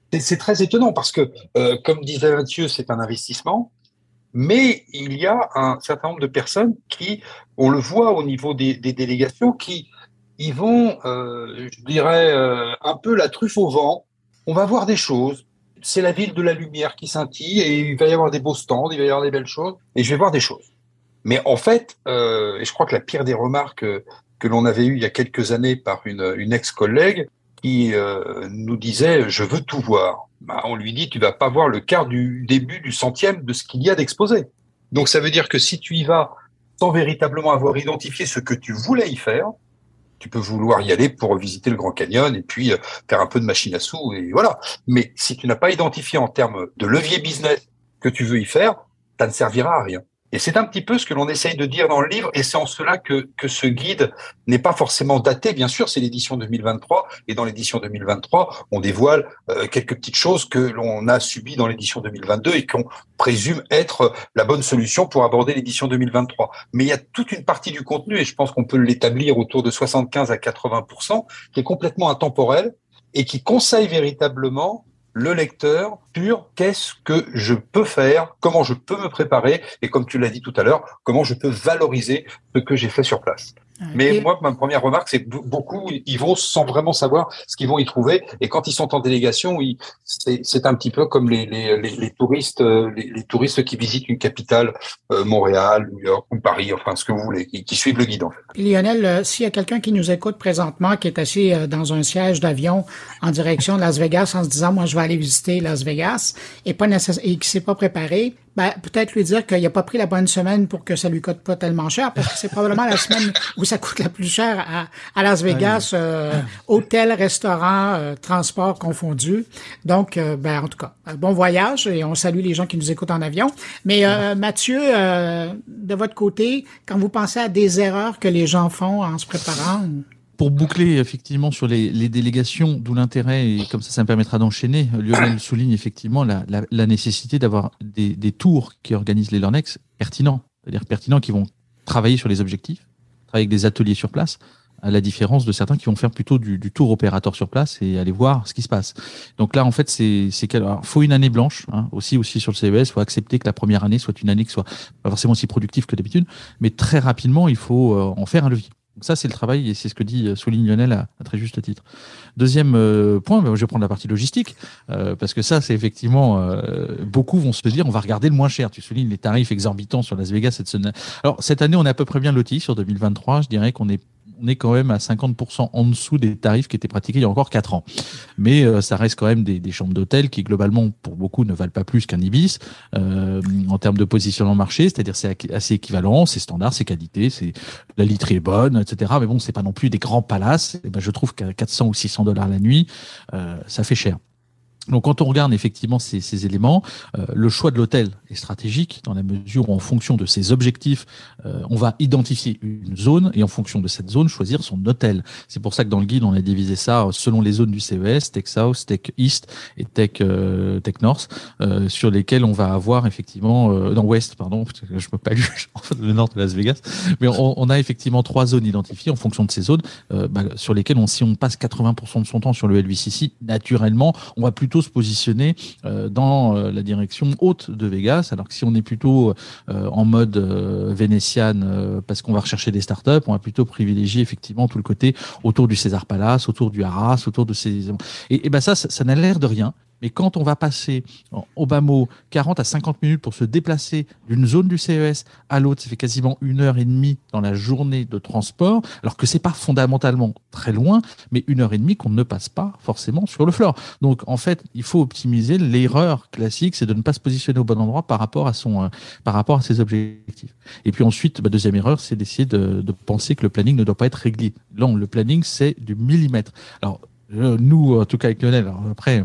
C'est, c'est très étonnant parce que, euh, comme disait Mathieu, c'est un investissement, mais il y a un certain nombre de personnes qui, on le voit au niveau des, des délégations, qui ils vont, euh, je dirais, euh, un peu la truffe au vent. On va voir des choses. C'est la ville de la lumière qui scintille et il va y avoir des beaux stands, il va y avoir des belles choses et je vais voir des choses. Mais en fait, euh, et je crois que la pire des remarques que, que l'on avait eues il y a quelques années par une, une ex-collègue qui euh, nous disait « je veux tout voir ». Bah, on lui dit « tu vas pas voir le quart du début du centième de ce qu'il y a d'exposé ». Donc ça veut dire que si tu y vas sans véritablement avoir identifié ce que tu voulais y faire, tu peux vouloir y aller pour visiter le Grand Canyon et puis euh, faire un peu de machine à sous et voilà. Mais si tu n'as pas identifié en termes de levier business que tu veux y faire, ça ne servira à rien. Et c'est un petit peu ce que l'on essaye de dire dans le livre, et c'est en cela que, que ce guide n'est pas forcément daté. Bien sûr, c'est l'édition deux mille vingt-trois, et dans l'édition deux mille vingt-trois, on dévoile euh, quelques petites choses que l'on a subies dans l'édition deux mille vingt-deux et qu'on présume être la bonne solution pour aborder l'édition deux mille vingt-trois. Mais il y a toute une partie du contenu, et je pense qu'on peut l'établir autour de soixante-quinze à quatre-vingts pour cent, qui est complètement intemporel et qui conseille véritablement le lecteur sur qu'est-ce que je peux faire, comment je peux me préparer et comme tu l'as dit tout à l'heure, comment je peux valoriser ce que j'ai fait sur place. Okay. Mais moi, ma première remarque, c'est que beaucoup, ils vont sans vraiment savoir ce qu'ils vont y trouver. Et quand ils sont en délégation, ils, c'est, c'est un petit peu comme les, les, les, les touristes, les, les touristes qui visitent une capitale, euh, Montréal, New York ou Paris, enfin ce que vous voulez, qui, qui suivent le guide. En fait. Puis Lionel, euh, s'il y a quelqu'un qui nous écoute présentement, qui est assis euh, dans un siège d'avion en direction de Las Vegas, en se disant, moi, je vais aller visiter Las Vegas, et pas nécessaire, et qui s'est pas préparé, ben, peut-être lui dire qu'il n'a pas pris la bonne semaine pour que ça lui coûte pas tellement cher, parce que c'est probablement la semaine où ça coûte la plus cher à, à Las Vegas, euh, hôtel, restaurant, euh, transport confondu. Donc, euh, ben, en tout cas, bon voyage et on salue les gens qui nous écoutent en avion. Mais euh, Mathieu, euh, de votre côté, quand vous pensez à des erreurs que les gens font en se préparant... Pour boucler effectivement sur les, les délégations, d'où l'intérêt, et comme ça, ça me permettra d'enchaîner, Lionel souligne effectivement la, la, la nécessité d'avoir des, des tours qui organisent les LearnX pertinents, c'est-à-dire pertinents qui vont travailler sur les objectifs, travailler avec des ateliers sur place, à la différence de certains qui vont faire plutôt du, du tour opérateur sur place et aller voir ce qui se passe. Donc là, en fait, c'est, c'est qu'il faut une année blanche, hein, aussi, aussi sur le C E S, il faut accepter que la première année soit une année qui soit pas forcément aussi productive que d'habitude, mais très rapidement, il faut euh, en faire un levier. Donc ça, c'est le travail et c'est ce que dit souligne Lionel à, à très juste titre. Deuxième euh, point, ben, je vais prendre la partie logistique, euh, parce que ça, c'est effectivement, euh, beaucoup vont se dire, on va regarder le moins cher. Tu soulignes les tarifs exorbitants sur Las Vegas. Cette... Alors, cette année, on est à peu près bien loti sur deux mille vingt-trois. Je dirais qu'on est on est quand même à cinquante pour cent en dessous des tarifs qui étaient pratiqués il y a encore quatre ans. Mais euh, ça reste quand même des, des chambres d'hôtel qui, globalement, pour beaucoup, ne valent pas plus qu'un Ibis euh, en termes de positionnement marché, c'est-à-dire c'est assez équivalent, c'est standard, c'est qualité, c'est la literie est bonne, et cetera. Mais bon, c'est pas non plus des grands palaces. Et ben, je trouve qu'à quatre cents ou six cents dollars la nuit, euh, ça fait cher. Donc, quand on regarde effectivement ces, ces éléments, euh, le choix de l'hôtel est stratégique dans la mesure où, en fonction de ses objectifs, euh, on va identifier une zone et en fonction de cette zone, choisir son hôtel. C'est pour ça que dans le guide, on a divisé ça selon les zones du C E S, Tech South, Tech East et Tech, euh, Tech North, euh, sur lesquelles on va avoir effectivement, euh, dans West, pardon, parce que je me palue, le nord de Las Vegas, mais on, on a effectivement trois zones identifiées en fonction de ces zones, euh, bah, sur lesquelles on, si on passe quatre-vingts pour cent de son temps sur le L V C C, naturellement, on va plutôt se positionner euh, dans euh, la direction haute de Vegas, alors que si on est plutôt euh, en mode euh, vénétiane euh, parce qu'on va rechercher des startups, on va plutôt privilégier effectivement tout le côté autour du César Palace, autour du Harrah's, autour de ces... Et, et ben ça, ça, ça n'a l'air de rien. Mais quand on va passer au bas mot quarante à cinquante minutes pour se déplacer d'une zone du C E S à l'autre, ça fait quasiment une heure et demie dans la journée de transport, alors que c'est pas fondamentalement très loin, mais une heure et demie qu'on ne passe pas forcément sur le floor. Donc en fait, il faut optimiser. L'erreur classique, c'est de ne pas se positionner au bon endroit par rapport à son, euh, par rapport à ses objectifs. Et puis ensuite, bah, deuxième erreur, c'est d'essayer de, de penser que le planning ne doit pas être réglé. Là, le planning, c'est du millimètre. Alors euh, nous, en tout cas avec Lionel, alors après.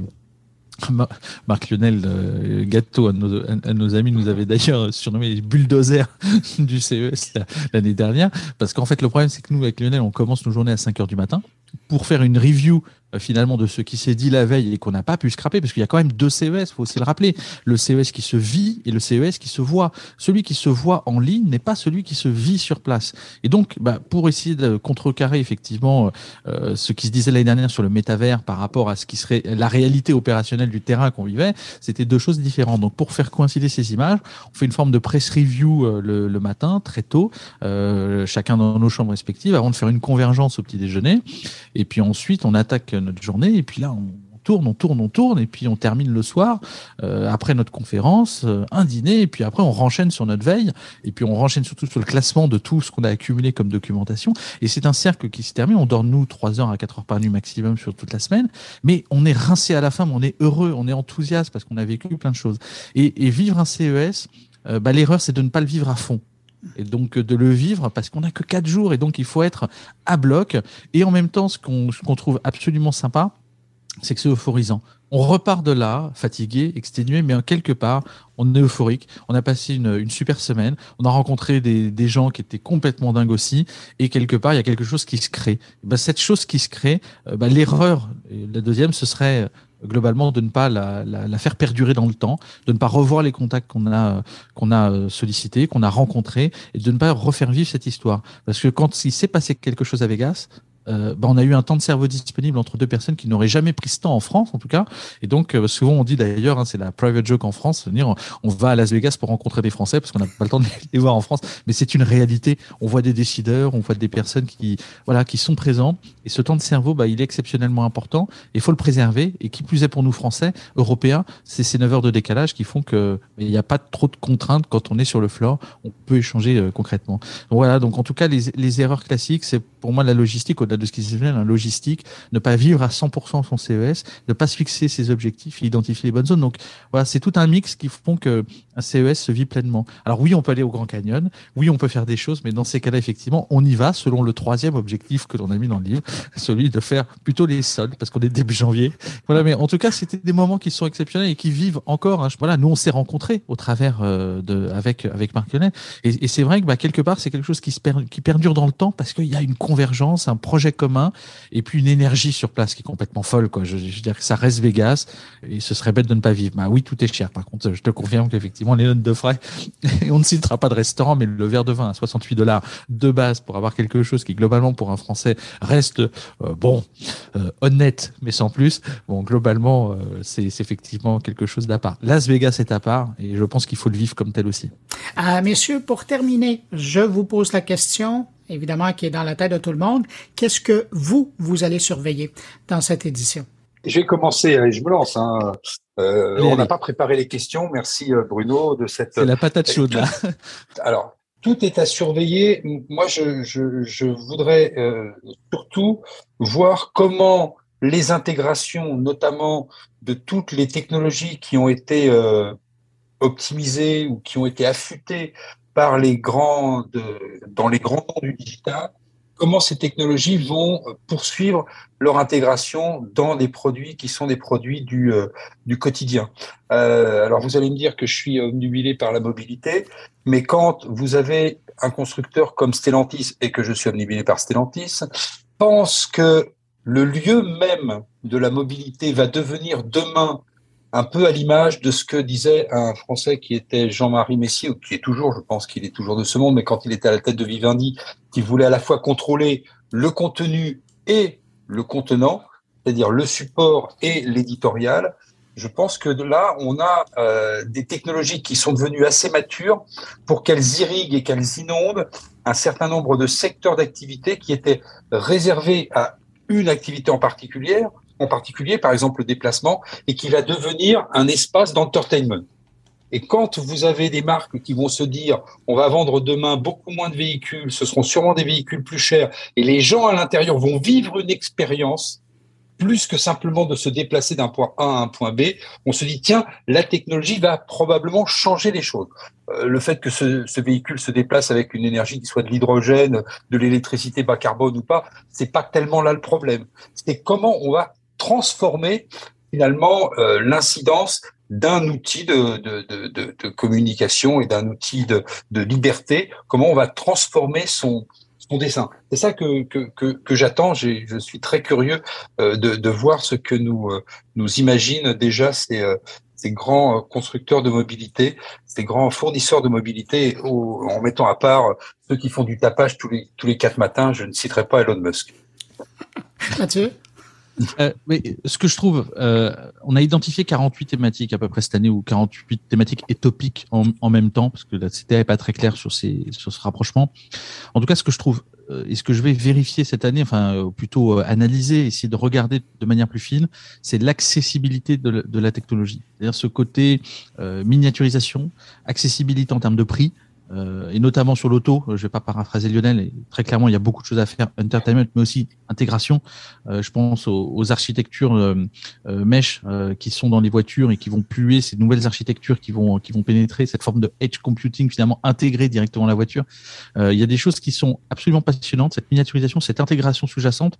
Marc Lionel euh, Gâteau, un de, nos, un, un de nos amis, nous avait d'ailleurs surnommé les bulldozers du C E S l'année dernière, parce qu'en fait le problème c'est que nous avec Lionel on commence nos journées à cinq heures du matin pour faire une review finalement de ce qui s'est dit la veille et qu'on n'a pas pu scraper, parce qu'il y a quand même deux C E S, il faut aussi le rappeler, le C E S qui se vit et le C E S qui se voit. Celui qui se voit en ligne n'est pas celui qui se vit sur place. Et donc, bah, pour essayer de contrecarrer effectivement euh, ce qui se disait l'année dernière sur le métavers par rapport à ce qui serait la réalité opérationnelle du terrain qu'on vivait, c'était deux choses différentes. Donc, pour faire coïncider ces images, on fait une forme de press review euh, le, le matin, très tôt, euh, chacun dans nos chambres respectives, avant de faire une convergence au petit déjeuner. Et puis ensuite, on attaque notre journée, et puis là, on tourne, on tourne, on tourne, et puis on termine le soir, euh, après notre conférence, euh, un dîner, et puis après on renchaîne sur notre veille, et puis on renchaîne surtout sur le classement de tout ce qu'on a accumulé comme documentation, et c'est un cercle qui se termine. On dort, nous, trois heures à quatre heures par nuit maximum sur toute la semaine, mais on est rincé à la fin, mais on est heureux, on est enthousiaste, parce qu'on a vécu plein de choses. Et, et vivre un C E S, euh, bah, l'erreur, c'est de ne pas le vivre à fond. Et donc de le vivre parce qu'on n'a que quatre jours, et donc il faut être à bloc. Et en même temps, ce qu'on, ce qu'on trouve absolument sympa, c'est que c'est euphorisant. On repart de là, fatigué, exténué, mais quelque part, on est euphorique. On a passé une, une super semaine. On a rencontré des, des gens qui étaient complètement dingues aussi. Et quelque part, il y a quelque chose qui se crée. Et ben, cette chose qui se crée, euh, ben, l'erreur, et la deuxième, ce serait globalement de ne pas la, la, la faire perdurer dans le temps, de ne pas revoir les contacts qu'on a qu'on a sollicités, qu'on a rencontrés, et de ne pas refaire vivre cette histoire. Parce que quand il s'est passé quelque chose à Vegas, Euh, bah on a eu un temps de cerveau disponible entre deux personnes qui n'auraient jamais pris ce temps en France, en tout cas. Et donc, euh, souvent, on dit d'ailleurs, hein, c'est la private joke en France, dire on, on va à Las Vegas pour rencontrer des Français parce qu'on n'a pas le temps de les voir en France. Mais c'est une réalité. On voit des décideurs, on voit des personnes qui, voilà, qui sont présents. Et ce temps de cerveau, bah, il est exceptionnellement important. Il faut le préserver. Et qui plus est pour nous Français, Européens, c'est ces neuf heures de décalage qui font que il n'y a pas trop de contraintes quand on est sur le floor. On peut échanger euh, concrètement. Donc, voilà. Donc, en tout cas, les, les erreurs classiques, c'est pour moi la logistique au de ce qui s'appelle la logistique, ne pas vivre à cent pour cent son C E S, ne pas se fixer ses objectifs et identifier les bonnes zones. Donc voilà, c'est tout un mix qui font que un C E S se vit pleinement. Alors oui, on peut aller au Grand Canyon, oui, on peut faire des choses, mais dans ces cas-là, effectivement, on y va selon le troisième objectif que l'on a mis dans le livre, celui de faire plutôt les soldes, parce qu'on est début janvier. Voilà, mais en tout cas, c'était des moments qui sont exceptionnels et qui vivent encore. Hein. Voilà, nous, on s'est rencontrés au travers euh, de avec avec Marc Lionel, et, et c'est vrai que bah, quelque part, c'est quelque chose qui se per, qui perdure dans le temps parce qu'il y a une convergence, un projet commun, et puis une énergie sur place qui est complètement folle, quoi. Je, je veux dire que ça reste Vegas et ce serait bête de ne pas vivre. Bah oui, tout est cher. Par contre, je te confirme qu'effectivement, les notes de frais, et on ne citera pas de restaurant, mais le verre de vin à soixante-huit dollars de base pour avoir quelque chose qui, globalement, pour un Français, reste, euh, bon, euh, honnête, mais sans plus. Bon, globalement, euh, c'est, c'est effectivement quelque chose d'à part. Las Vegas est à part et je pense qu'il faut le vivre comme tel aussi. Euh, messieurs, pour terminer, je vous pose la question, évidemment, qui est dans la tête de tout le monde. Qu'est-ce que vous, vous allez surveiller dans cette édition? Je vais commencer, allez, je me lance. Hein. Euh, allez, on n'a allez. pas préparé les questions. Merci Bruno de cette. C'est la patate chaude là. Alors, tout est à surveiller. Moi, je, je, je voudrais euh, surtout voir comment les intégrations, notamment de toutes les technologies qui ont été euh, optimisées ou qui ont été affûtées par les grands de, dans les grands noms du digital, comment ces technologies vont poursuivre leur intégration dans des produits qui sont des produits du, euh, du quotidien. Euh, alors, vous allez me dire que je suis obnubilé par la mobilité, mais quand vous avez un constructeur comme Stellantis, et que je suis obnubilé par Stellantis, pense que le lieu même de la mobilité va devenir demain un peu à l'image de ce que disait un Français qui était Jean-Marie Messier, ou qui est toujours, je pense qu'il est toujours de ce monde, mais quand il était à la tête de Vivendi, qui voulait à la fois contrôler le contenu et le contenant, c'est-à-dire le support et l'éditorial. Je pense que là, on a euh, des technologies qui sont devenues assez matures pour qu'elles irriguent et qu'elles inondent un certain nombre de secteurs d'activité qui étaient réservés à une activité en particulier, en particulier, par exemple, le déplacement, et qui va devenir un espace d'entertainment. Et quand vous avez des marques qui vont se dire « on va vendre demain beaucoup moins de véhicules, ce seront sûrement des véhicules plus chers, et les gens à l'intérieur vont vivre une expérience plus que simplement de se déplacer d'un point A à un point B », on se dit « tiens, la technologie va probablement changer les choses ». Euh, le fait que ce, ce véhicule se déplace avec une énergie qui soit de l'hydrogène, de l'électricité bas carbone ou pas, c'est pas tellement là le problème. C'est comment on va transformer finalement euh, l'incidence d'un outil de, de, de, de, de communication et d'un outil de, de liberté, comment on va transformer son, son dessin. C'est ça que que que, que j'attends. J'ai, je suis très curieux euh, de de voir ce que nous euh, nous imaginent déjà ces euh, ces grands constructeurs de mobilité, ces grands fournisseurs de mobilité, au, en mettant à part ceux qui font du tapage tous les tous les quatre matins. Je ne citerai pas Elon Musk. Mathieu? Euh, mais ce que je trouve, euh, on a identifié quarante-huit thématiques à peu près cette année, ou quarante-huit thématiques et topiques en, en même temps, parce que la C T A n'est pas très claire sur, ces, sur ce rapprochement. En tout cas, ce que je trouve, euh, et ce que je vais vérifier cette année, enfin euh, plutôt euh, analyser, essayer de regarder de manière plus fine, c'est l'accessibilité de, de la technologie. C'est-à-dire ce côté euh, miniaturisation, accessibilité en termes de prix, Euh, et notamment sur l'auto, je vais pas paraphraser Lionel, et très clairement il y a beaucoup de choses à faire, entertainment, mais aussi intégration. Euh, je pense aux, aux architectures euh, euh, mesh euh, qui sont dans les voitures et qui vont puer, ces nouvelles architectures qui vont qui vont pénétrer cette forme de edge computing finalement intégrée directement dans la voiture. Euh, il y a des choses qui sont absolument passionnantes, cette miniaturisation, cette intégration sous-jacente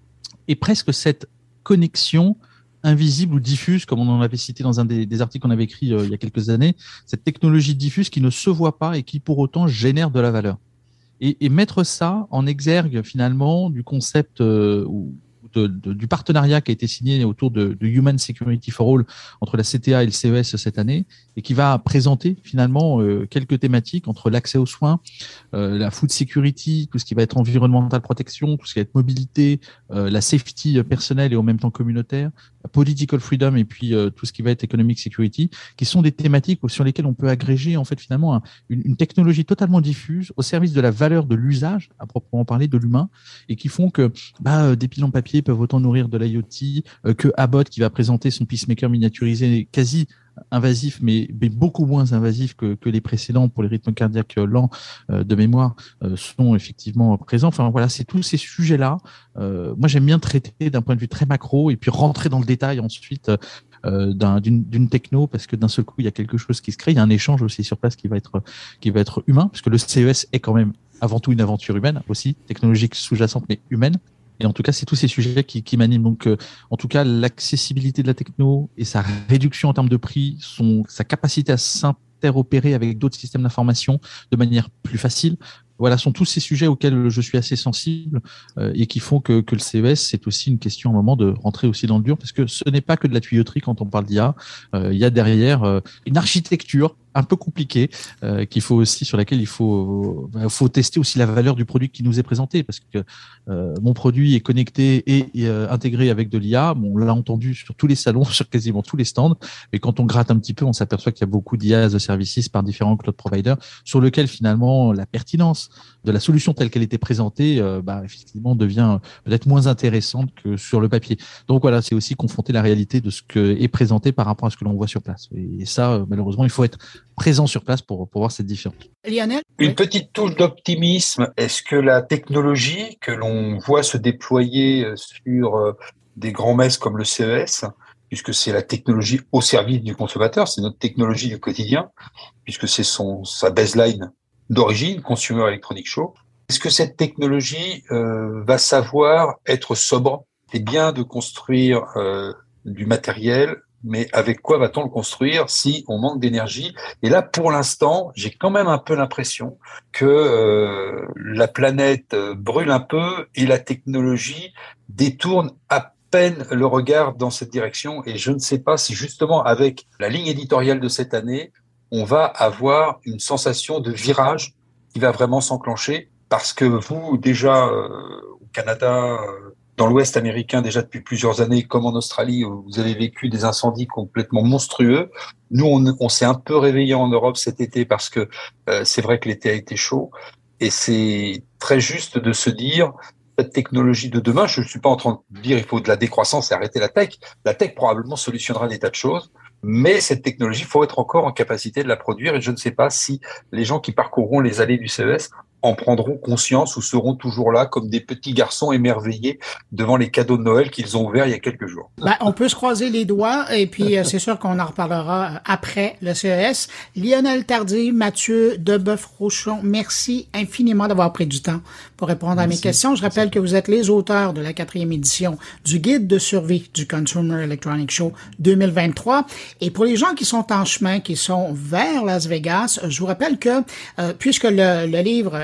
et presque cette connexion invisible ou diffuse, comme on en avait cité dans un des, des articles qu'on avait écrit euh, il y a quelques années, cette technologie diffuse qui ne se voit pas et qui pour autant génère de la valeur. Et, et mettre ça en exergue finalement du concept euh, ou de, de, du partenariat qui a été signé autour de, de Human Security for All entre la C T A et le C E S cette année, et qui va présenter finalement euh, quelques thématiques entre l'accès aux soins, euh, la food security, tout ce qui va être environnemental protection, tout ce qui va être mobilité, euh, la safety personnelle et en même temps communautaire, la political freedom et puis euh, tout ce qui va être economic security, qui sont des thématiques sur lesquelles on peut agréger en fait finalement un, une, une technologie totalement diffuse au service de la valeur de l'usage à proprement parler de l'humain, et qui font que bah, des pilons papier peuvent autant nourrir de l'I O T, euh, que Abbott qui va présenter son pacemaker miniaturisé quasi invasif, mais, mais beaucoup moins invasif que, que les précédents pour les rythmes cardiaques lents euh, de mémoire euh, sont effectivement présents. Enfin voilà, c'est tous ces sujets-là. Euh, moi, j'aime bien traiter d'un point de vue très macro et puis rentrer dans le détail ensuite euh, d'un, d'une, d'une techno, parce que d'un seul coup, il y a quelque chose qui se crée. Il y a un échange aussi sur place qui va être qui va être humain, parce que le C E S est quand même avant tout une aventure humaine aussi, technologique sous-jacente mais humaine. Et en tout cas, c'est tous ces sujets qui, qui m'animent. Donc, euh, en tout cas, l'accessibilité de la techno et sa réduction en termes de prix, son, sa capacité à s'interopérer avec d'autres systèmes d'information de manière plus facile, voilà, sont tous ces sujets auxquels je suis assez sensible euh, et qui font que, que le C E S, c'est aussi une question à un moment de rentrer aussi dans le dur, parce que ce n'est pas que de la tuyauterie quand on parle d'I A. Euh, il y a derrière euh, une architecture un peu compliquée euh, qu'il faut aussi, sur laquelle il faut euh, faut tester aussi la valeur du produit qui nous est présenté, parce que euh, mon produit est connecté et, et euh, intégré avec de l'I A. Bon, on l'a entendu sur tous les salons, sur quasiment tous les stands, mais quand on gratte un petit peu, on s'aperçoit qu'il y a beaucoup d'I A as a services par différents cloud providers, sur lequel finalement la pertinence de la solution telle qu'elle était présentée, euh, bah, effectivement, devient peut-être moins intéressante que sur le papier. Donc voilà, c'est aussi confronter la réalité de ce que est présenté par rapport à ce que l'on voit sur place. Et ça, malheureusement, il faut être présent sur place pour, pour voir cette différence. Lionel? Une Oui. petite touche d'optimisme. Est-ce que la technologie que l'on voit se déployer sur des grands messes comme le C E S, puisque c'est la technologie au service du consommateur, c'est notre technologie du quotidien, puisque c'est son sa baseline d'origine, Consumer Electronics Show. Est-ce que cette technologie euh, va savoir être sobre? C'est bien de construire euh, du matériel, mais avec quoi va-t-on le construire si on manque d'énergie? Et là, pour l'instant, j'ai quand même un peu l'impression que euh, la planète brûle un peu et la technologie détourne à peine le regard dans cette direction. Et je ne sais pas si justement avec la ligne éditoriale de cette année, on va avoir une sensation de virage qui va vraiment s'enclencher, parce que vous, déjà euh, au Canada, euh, dans l'Ouest américain, déjà depuis plusieurs années, comme en Australie, où vous avez vécu des incendies complètement monstrueux. Nous, on, on s'est un peu réveillé en Europe cet été, parce que euh, c'est vrai que l'été a été chaud, et c'est très juste de se dire, cette technologie de demain, je ne suis pas en train de dire il faut de la décroissance et arrêter la tech. La tech probablement solutionnera des tas de choses, mais cette technologie, il faut être encore en capacité de la produire, et je ne sais pas si les gens qui parcourront les allées du C E S en prendront conscience ou seront toujours là comme des petits garçons émerveillés devant les cadeaux de Noël qu'ils ont ouverts il y a quelques jours. Ben, on peut se croiser les doigts, et puis euh, c'est sûr qu'on en reparlera après le C E S. Lionel Tardy, Mathieu Deboeuf-Rochon, merci infiniment d'avoir pris du temps pour répondre merci. à mes questions. Je rappelle que vous êtes les auteurs de la quatrième édition du guide de survie du Consumer Electronics Show deux mille vingt-trois. Et pour les gens qui sont en chemin, qui sont vers Las Vegas, je vous rappelle que, euh, puisque le, le livre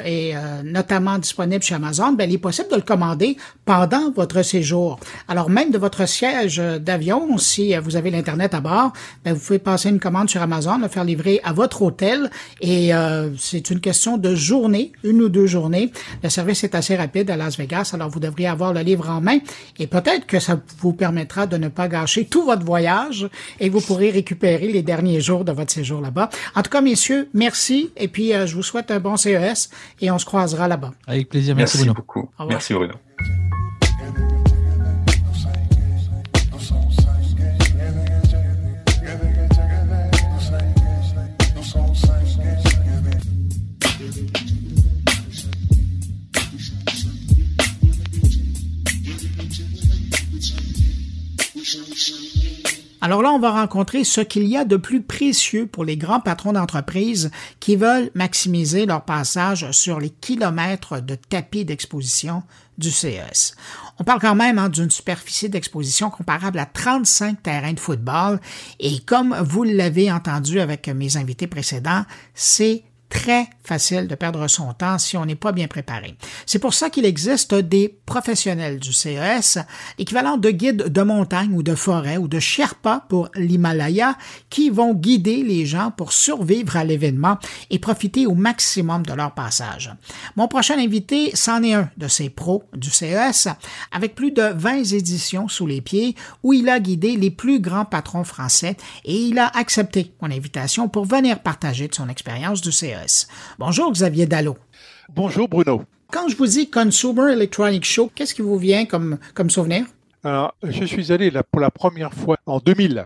est euh, notamment disponible chez Amazon, ben, il est possible de le commander pendant votre séjour. Alors, même de votre siège d'avion, si vous avez l'Internet à bord, ben, vous pouvez passer une commande sur Amazon, le faire livrer à votre hôtel et euh, c'est une question de journée, une ou deux journées. Le service est assez rapide à Las Vegas, alors vous devriez avoir le livre en main et peut-être que ça vous permettra de ne pas gâcher tout votre voyage et vous pourrez récupérer les derniers jours de votre séjour là-bas. En tout cas, messieurs, merci et puis euh, je vous souhaite un bon C E S et on se croisera là-bas. Avec plaisir, merci, merci Bruno. beaucoup. Merci Bruno. Alors là, on va rencontrer ce qu'il y a de plus précieux pour les grands patrons d'entreprise qui veulent maximiser leur passage sur les kilomètres de tapis d'exposition du C E S. On parle quand même hein, d'une superficie d'exposition comparable à trente-cinq terrains de football et comme vous l'avez entendu avec mes invités précédents, c'est très facile de perdre son temps si on n'est pas bien préparé. C'est pour ça qu'il existe des professionnels du C E S, l'équivalent de guides de montagne ou de forêt ou de Sherpa pour l'Himalaya, qui vont guider les gens pour survivre à l'événement et profiter au maximum de leur passage. Mon prochain invité, c'en est un de ces pros du C E S, avec plus de vingt éditions sous les pieds, où il a guidé les plus grands patrons français et il a accepté mon invitation pour venir partager de son expérience du C E S. Bonjour Xavier Dallot. Bonjour Bruno. Quand je vous dis Consumer Electronics Show, qu'est-ce qui vous vient comme, comme souvenir? Alors, je suis allé là pour la première fois en deux mille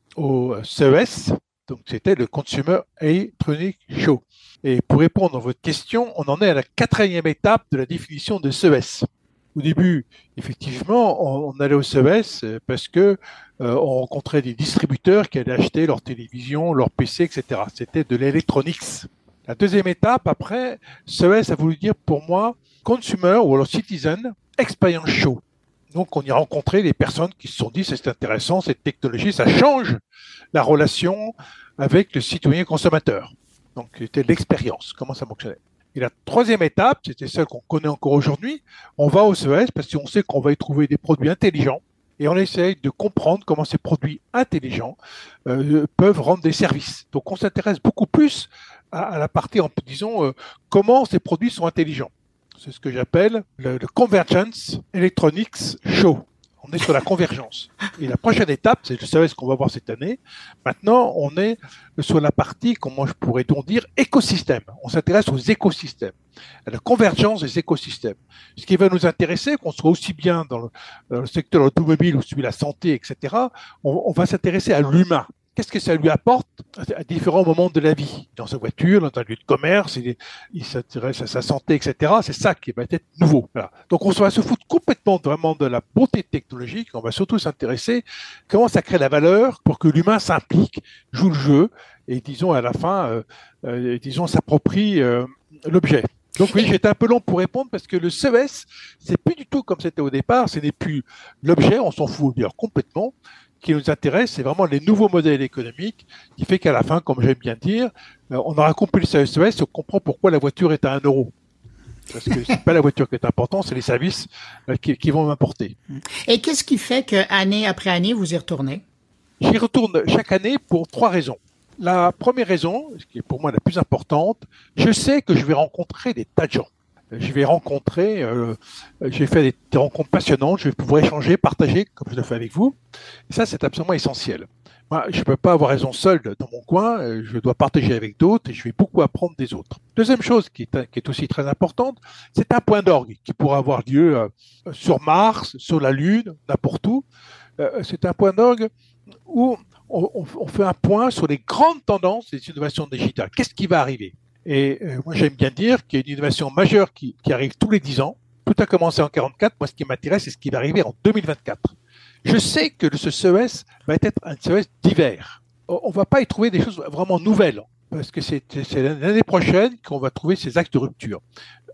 au C E S, donc c'était le Consumer Electronics Show. Et pour répondre à votre question, on en est à la quatrième étape de la définition de C E S. Au début, effectivement, on, on allait au C E S parce que euh, on rencontrait des distributeurs qui allaient acheter leur télévision, leur P C, et cetera. C'était de l'électronics. La deuxième étape, après, C E S a voulu dire pour moi Consumer ou alors Citizen Experience Show. Donc, on y a rencontré des personnes qui se sont dit c'est intéressant, cette technologie, ça change la relation avec le citoyen consommateur. Donc, c'était l'expérience, comment ça fonctionnait. Et la troisième étape, c'était celle qu'on connaît encore aujourd'hui, on va au C E S parce qu'on sait qu'on va y trouver des produits intelligents et on essaye de comprendre comment ces produits intelligents euh, peuvent rendre des services. Donc, on s'intéresse beaucoup plus à, à la partie, en disons, euh, comment ces produits sont intelligents. C'est ce que j'appelle le, le Convergence Electronics Show. On est sur la convergence. Et la prochaine étape, c'est le C E S qu'on va voir cette année. Maintenant, on est sur la partie, comment je pourrais donc dire, écosystème. On s'intéresse aux écosystèmes, à la convergence des écosystèmes. Ce qui va nous intéresser, qu'on soit aussi bien dans le, dans le secteur automobile ou celui de la santé, et cetera, on, on va s'intéresser à l'humain. Qu'est-ce que ça lui apporte à différents moments de la vie? Dans sa voiture, dans un lieu de commerce, il, il s'intéresse à sa santé, et cetera. C'est ça qui va être nouveau. Voilà. Donc, on va se foutre complètement vraiment de la beauté technologique. On va surtout s'intéresser à comment ça crée la valeur pour que l'humain s'implique, joue le jeu et, disons, à la fin, euh, euh, disons, s'approprie euh, l'objet. Donc oui, j'étais un peu long pour répondre parce que le C E S, c'est plus du tout comme c'était au départ. Ce n'est plus l'objet, on s'en fout d'ailleurs complètement. Ce qui nous intéresse, c'est vraiment les nouveaux modèles économiques qui fait qu'à la fin, comme j'aime bien dire, on aura compris le C E S, on comprend pourquoi la voiture est à un euro. Parce que c'est pas la voiture qui est importante, c'est les services qui, qui vont m'importer. Et qu'est-ce qui fait qu'année après année, vous y retournez? J'y retourne chaque année pour trois raisons. La première raison, ce qui est pour moi la plus importante, je sais que je vais rencontrer des tas de gens. Je vais rencontrer, euh, j'ai fait des, des rencontres passionnantes, je vais pouvoir échanger, partager, comme je le fais avec vous. Et ça, c'est absolument essentiel. Moi, je ne peux pas avoir raison seul dans mon coin, je dois partager avec d'autres et je vais beaucoup apprendre des autres. Deuxième chose qui est, qui est aussi très importante, c'est un point d'orgue qui pourra avoir lieu euh, sur Mars, sur la Lune, n'importe où. Euh, c'est un point d'orgue où on, on, on fait un point sur les grandes tendances des innovations digitales. Qu'est-ce qui va arriver? Et euh, moi, j'aime bien dire qu'il y a une innovation majeure qui, qui arrive tous les dix ans. Tout a commencé en quarante-quatre. Moi, ce qui m'intéresse, c'est ce qui va arriver en deux mille vingt-quatre. Je sais que ce C E S va être un C E S divers. On ne va pas y trouver des choses vraiment nouvelles, parce que c'est, c'est l'année prochaine qu'on va trouver ces axes de rupture.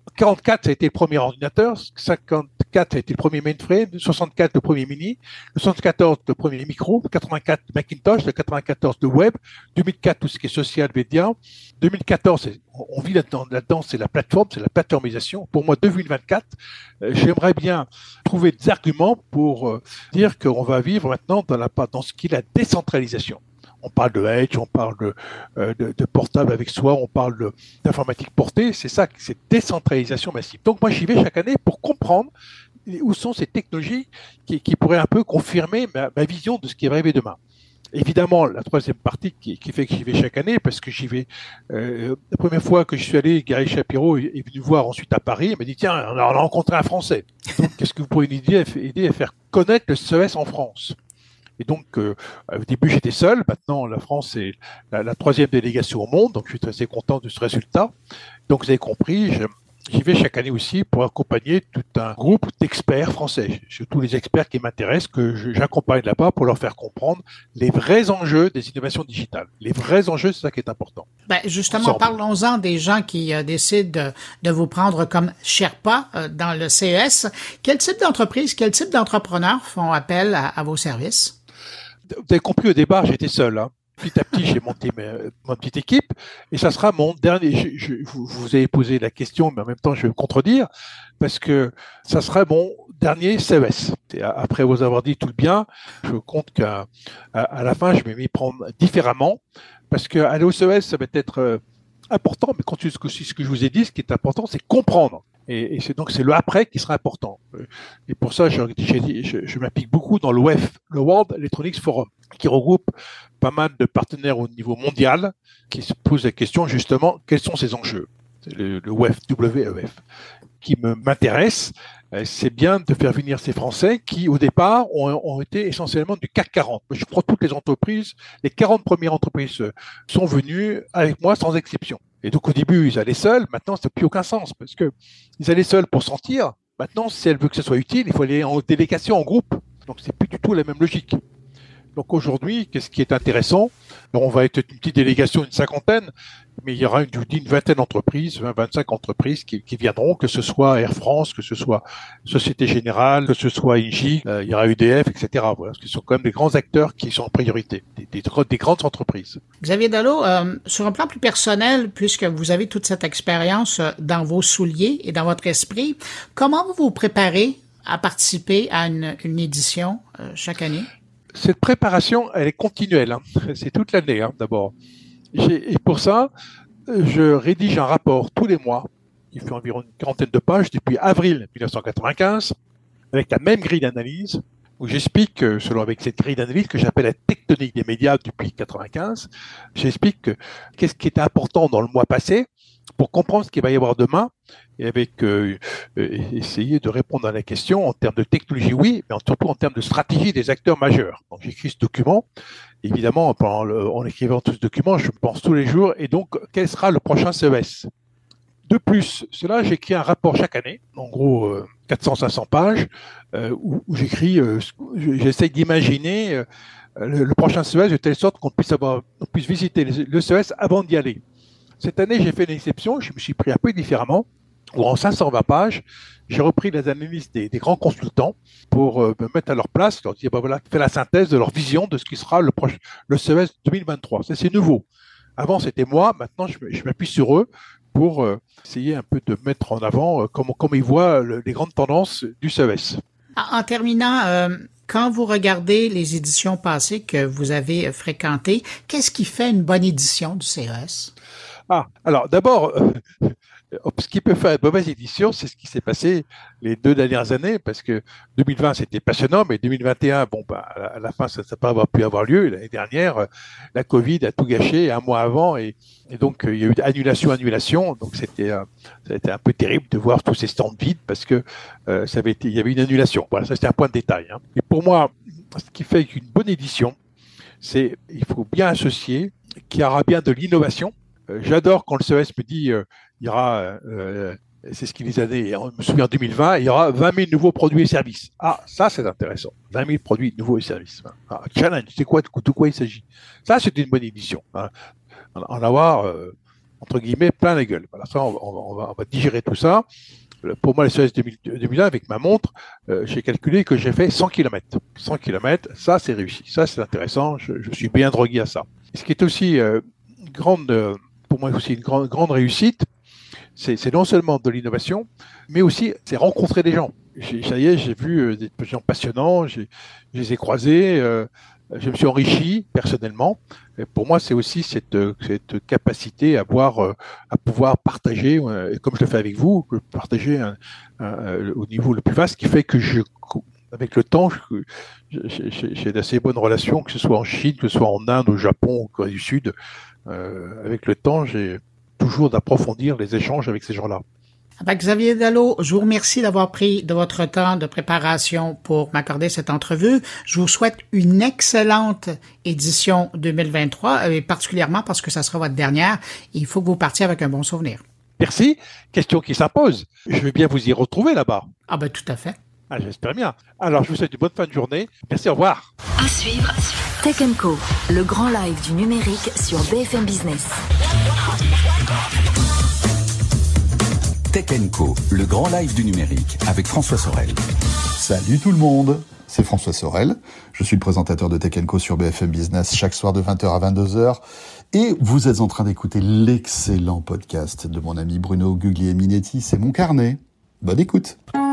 quarante-quatre, ça a été le premier ordinateur, cinquante-quatre, ça a été le premier mainframe, soixante-quatre, le premier mini, le soixante-quatorze, le premier micro, le quatre-vingt-quatre, le Macintosh, le quatre-vingt-quatorze, le web, deux mille quatre, tout ce qui est social, média, deux mille quatorze, on vit là-dedans, là-dedans, c'est la plateforme, c'est la plateformisation. Pour moi, deux mille vingt-quatre, euh, j'aimerais bien trouver des arguments pour euh, dire qu'on va vivre maintenant dans, la, dans ce qui est la décentralisation. On parle de edge, on parle de, euh, de, de portable avec soi, on parle de, d'informatique portée. C'est ça, c'est décentralisation massive. Donc moi, j'y vais chaque année pour comprendre où sont ces technologies qui, qui pourraient un peu confirmer ma, ma vision de ce qui va arriver demain. Évidemment, la troisième partie qui, qui fait que j'y vais chaque année, parce que j'y vais. Euh, la première fois que je suis allé, Gary Shapiro est, est venu voir ensuite à Paris. Il m'a dit tiens, on a, on a rencontré un Français. Donc, qu'est-ce que vous pourriez nous aider, aider à faire connaître le C E S en France? Et donc, euh, au début, j'étais seul. Maintenant, la France est la, la troisième délégation au monde. Donc, je suis très content de ce résultat. Donc, vous avez compris, je, j'y vais chaque année aussi pour accompagner tout un groupe d'experts français. Surtout les experts qui m'intéressent, que je, j'accompagne là-bas pour leur faire comprendre les vrais enjeux des innovations digitales. Les vrais enjeux, c'est ça qui est important. Ben, justement, parlons-en des gens qui euh, décident de, de vous prendre comme Sherpa euh, dans le C E S. Quel type d'entreprise, quel type d'entrepreneurs font appel à, à vos services? Vous avez compris, au départ, j'étais seul. Hein. Petit à petit, j'ai monté ma, ma petite équipe et ça sera mon dernier. Je, je, vous, vous avez posé la question, mais en même temps, je vais me contredire parce que ça sera mon dernier C E S. Et après vous avoir dit tout le bien, je compte qu'à à, à la fin, je vais m'y prendre différemment parce qu'aller au C E S, ça va être euh, important, mais quand ce que, ce que je vous ai dit, ce qui est important, c'est comprendre. Et, et c'est donc c'est le après qui sera important. Et pour ça, je, je, je m'applique beaucoup dans le W E F, le World Electronics Forum, qui regroupe pas mal de partenaires au niveau mondial qui se posent la question justement quels sont ces enjeux. C'est le, le W E F, W E F, qui me m'intéresse. C'est bien de faire venir ces Français qui, au départ, ont, ont été essentiellement du C A C quarante. Je crois que toutes les entreprises, les quarante premières entreprises sont venues avec moi sans exception. Et donc, au début, ils allaient seuls. Maintenant, ça n'a plus aucun sens parce que ils allaient seuls pour sentir. Maintenant, si elle veut que ce soit utile, il faut aller en délégation, en groupe. Donc, c'est plus du tout la même logique. Donc, aujourd'hui, qu'est-ce qui est intéressant? Alors, on va être une petite délégation, une cinquantaine, mais il y aura une, une vingtaine d'entreprises, vingt, vingt-cinq entreprises qui, qui viendront, que ce soit Air France, que ce soit Société Générale, que ce soit Engie, euh, il y aura U D F, et cetera. Voilà, ce sont quand même des grands acteurs qui sont en priorité, des, des, des grandes entreprises. Xavier Dallot, euh, sur un plan plus personnel, puisque vous avez toute cette expérience dans vos souliers et dans votre esprit, comment vous vous préparez à participer à une, une édition euh, chaque année? Cette préparation, elle est continuelle. Hein. C'est toute l'année, hein, d'abord. J'ai, et pour ça, je rédige un rapport tous les mois, qui fait environ une quarantaine de pages, depuis avril dix-neuf cent quatre-vingt-quinze, avec la même grille d'analyse, où j'explique, selon avec cette grille d'analyse que j'appelle la tectonique des médias depuis quatre-vingt-quinze, j'explique que, qu'est-ce qui était important dans le mois passé, pour comprendre ce qu'il va y avoir demain, et avec euh, euh, essayer de répondre à la question en termes de technologie, oui, mais surtout en termes de stratégie des acteurs majeurs. Donc j'écris ce document. Évidemment, pendant le, en écrivant tout ce document, je pense tous les jours. Et donc, quel sera le prochain C E S? De plus, cela, j'écris un rapport chaque année, en gros euh, quatre cents à cinq cents pages, euh, où, où j'écris, euh, j'essaie d'imaginer euh, le, le prochain C E S de telle sorte qu'on puisse avoir, on puisse visiter le, le C E S avant d'y aller. Cette année, j'ai fait une exception, je me suis pris un peu différemment, où en cinq cent vingt pages, j'ai repris les analyses des, des grands consultants pour euh, me mettre à leur place, leur dire, ben voilà, faire la synthèse de leur vision de ce qui sera le, proche, le C E S deux mille vingt-trois. Ça, c'est nouveau. Avant, c'était moi, maintenant, je, je m'appuie sur eux pour euh, essayer un peu de mettre en avant euh, comment, comment ils voient le, les grandes tendances du C E S. En terminant, euh, quand vous regardez les éditions passées que vous avez fréquentées, qu'est-ce qui fait une bonne édition du C E S? Ah, alors d'abord, euh, ce qui peut faire une mauvaise édition, c'est ce qui s'est passé les deux dernières années, parce que deux mille vingt, c'était passionnant, mais deux mille vingt et un, bon, bah, à la fin, ça n'a pas avoir pu avoir lieu. L'année dernière, la Covid a tout gâché un mois avant, et, et donc il y a eu annulation, annulation. Donc c'était, euh, ça a été un peu terrible de voir tous ces stands vides, parce que euh, ça avait été, il y avait une annulation. Voilà, ça c'était un point de détail. Hein. Et pour moi, ce qui fait qu'une bonne édition, c'est il faut bien associer qu'il y aura bien de l'innovation. J'adore quand le C E S me dit euh, il y aura, euh, c'est ce qu'il disait, je me souviens en deux mille vingt, il y aura vingt mille nouveaux produits et services. Ah, ça c'est intéressant. vingt mille produits nouveaux et services. Ah, challenge, c'est quoi, de quoi il s'agit? Ça c'est une bonne édition. Hein. En avoir euh, entre guillemets, plein la gueule. Voilà, ça, on, on, va, on va digérer tout ça. Pour moi, le C E S deux mille un, avec ma montre, euh, j'ai calculé que j'ai fait cent kilomètres. cent kilomètres, ça, c'est réussi. Ça, c'est intéressant. Je, je suis bien drogué à ça. Et ce qui est aussi euh, une grande, euh, pour moi aussi une grande, grande réussite, c'est, c'est non seulement de l'innovation, mais aussi c'est rencontrer des gens. J'ai, ça y est, j'ai vu euh, des gens passionnants, j'ai, je les ai croisés, euh, je me suis enrichi personnellement. Et pour moi, c'est aussi cette, cette capacité à, voir, à pouvoir partager, comme je le fais avec vous, partager un, un, au niveau le plus vaste, qui fait que je, avec le temps, je, j'ai, j'ai d'assez bonnes relations, que ce soit en Chine, que ce soit en Inde, au Japon, au Corée du Sud. Euh, avec le temps, j'ai toujours d'approfondir les échanges avec ces gens-là. Avec Xavier Dallot, je vous remercie d'avoir pris de votre temps de préparation pour m'accorder cette entrevue. Je vous souhaite une excellente édition deux mille vingt-trois, et particulièrement parce que ça sera votre dernière. Il faut que vous partiez avec un bon souvenir. Merci. Question qui s'impose. Je vais bien vous y retrouver là-bas. Ah ben tout à fait. Ah, j'espère bien. Alors, je vous souhaite une bonne fin de journée. Merci, au revoir. À suivre, Tech and Co, le grand live du numérique sur B F M Business. Tech and Co, le grand live du numérique, avec François Sorel. Salut tout le monde, c'est François Sorel. Je suis le présentateur de Tech and Co sur B F M Business chaque soir de vingt heures à vingt-deux heures. Et vous êtes en train d'écouter l'excellent podcast de mon ami Bruno Guglielminetti, c'est Mon Carnet. Bonne écoute.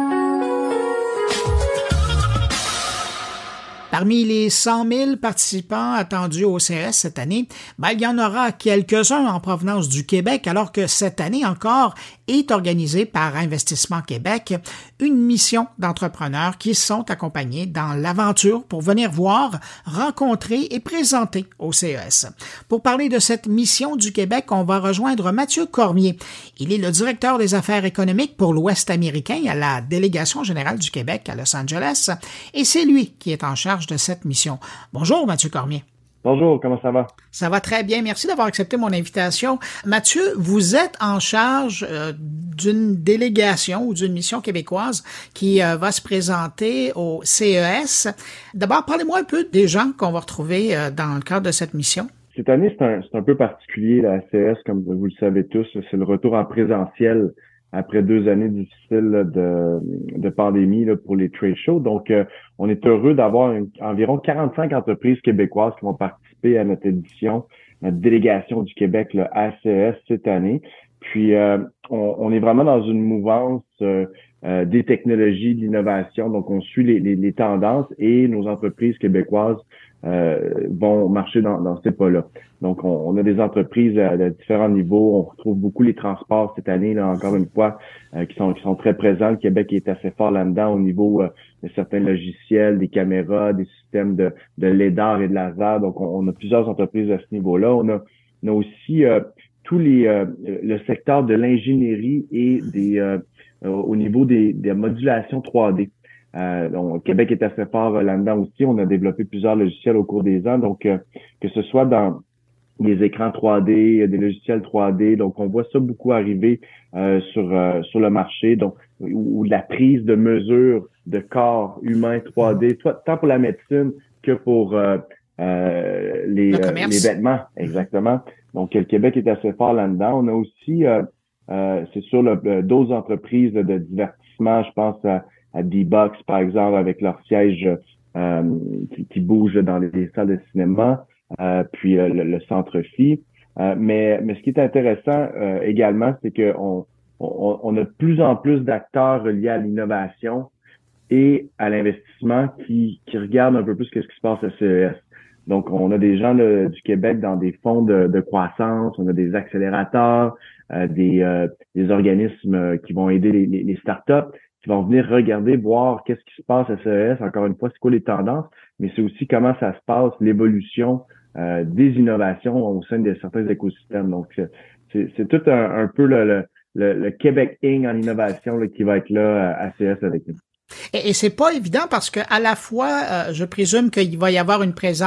Parmi les cent mille participants attendus au C E S cette année, ben, il y en aura quelques-uns en provenance du Québec, alors que cette année encore est organisée par Investissement Québec, une mission d'entrepreneurs qui sont accompagnés dans l'aventure pour venir voir, rencontrer et présenter au C E S. Pour parler de cette mission du Québec, on va rejoindre Mathieu Cormier. Il est le directeur des affaires économiques pour l'Ouest américain à la Délégation générale du Québec à Los Angeles, et c'est lui qui est en charge de cette mission. Bonjour Mathieu Cormier. Bonjour, comment ça va? Ça va très bien. Merci d'avoir accepté mon invitation. Mathieu, vous êtes en charge euh, d'une délégation ou d'une mission québécoise qui euh, va se présenter au C E S. D'abord, parlez-moi un peu des gens qu'on va retrouver euh, dans le cadre de cette mission. Cette année, c'est un, c'est un peu particulier, la C E S, comme vous le savez tous. C'est le retour en présentiel après deux années difficiles de, de pandémie là, pour les trade shows. Donc, euh, on est heureux d'avoir une, environ quarante-cinq entreprises québécoises qui vont participer à notre édition, notre délégation du Québec, le A C E S, cette année. Puis, euh, on, on est vraiment dans une mouvance euh, euh, des technologies, de l'innovation. Donc, on suit les, les, les tendances et nos entreprises québécoises euh, vont marcher dans, dans ces pas-là. Donc, on, on a des entreprises à, à différents niveaux. On retrouve beaucoup les transports cette année, là, encore une fois, euh, qui sont qui sont très présents. Le Québec est assez fort là-dedans au niveau euh, de certains logiciels, des caméras, des systèmes de, de L E D A R et de laser. Donc, on, on a plusieurs entreprises à ce niveau-là. On a, on a aussi euh, tous les euh, le secteur de l'ingénierie et des euh, au niveau des, des modulations trois D. Euh, donc, Québec est assez fort là-dedans aussi. On a développé plusieurs logiciels au cours des ans. Donc, euh, que ce soit dans des écrans trois D, des logiciels trois D. Donc, on voit ça beaucoup arriver euh, sur euh, sur le marché. Donc, ou, ou la prise de mesure de corps humain trois D, tant pour la médecine que pour euh, euh, les, euh, les vêtements. Exactement. Donc, le Québec est assez fort là-dedans. On a aussi, euh, euh, c'est sûr, le, le, d'autres entreprises de divertissement. Je pense à, à D-Box, par exemple, avec leur siège euh, qui, qui bouge dans les, les salles de cinéma. Euh, puis euh, le, le Centre Phi. Euh, mais, mais ce qui est intéressant euh, également, c'est que on, on, on a de plus en plus d'acteurs reliés à l'innovation et à l'investissement qui, qui regardent un peu plus ce qui se passe à C E S. Donc, on a des gens là, du Québec dans des fonds de, de croissance, on a des accélérateurs, euh, des, euh, des organismes qui vont aider les, les, les startups, qui vont venir regarder, voir qu'est-ce qui se passe à C E S. Encore une fois, c'est quoi les tendances, mais c'est aussi comment ça se passe, l'évolution euh, des innovations au sein de certains écosystèmes. Donc, c'est, c'est tout un, un peu le, le, le, le Québec Inc en innovation là, qui va être là à C E S avec nous. Et, et c'est pas évident parce que à la fois, euh, je présume qu'il va y avoir une présence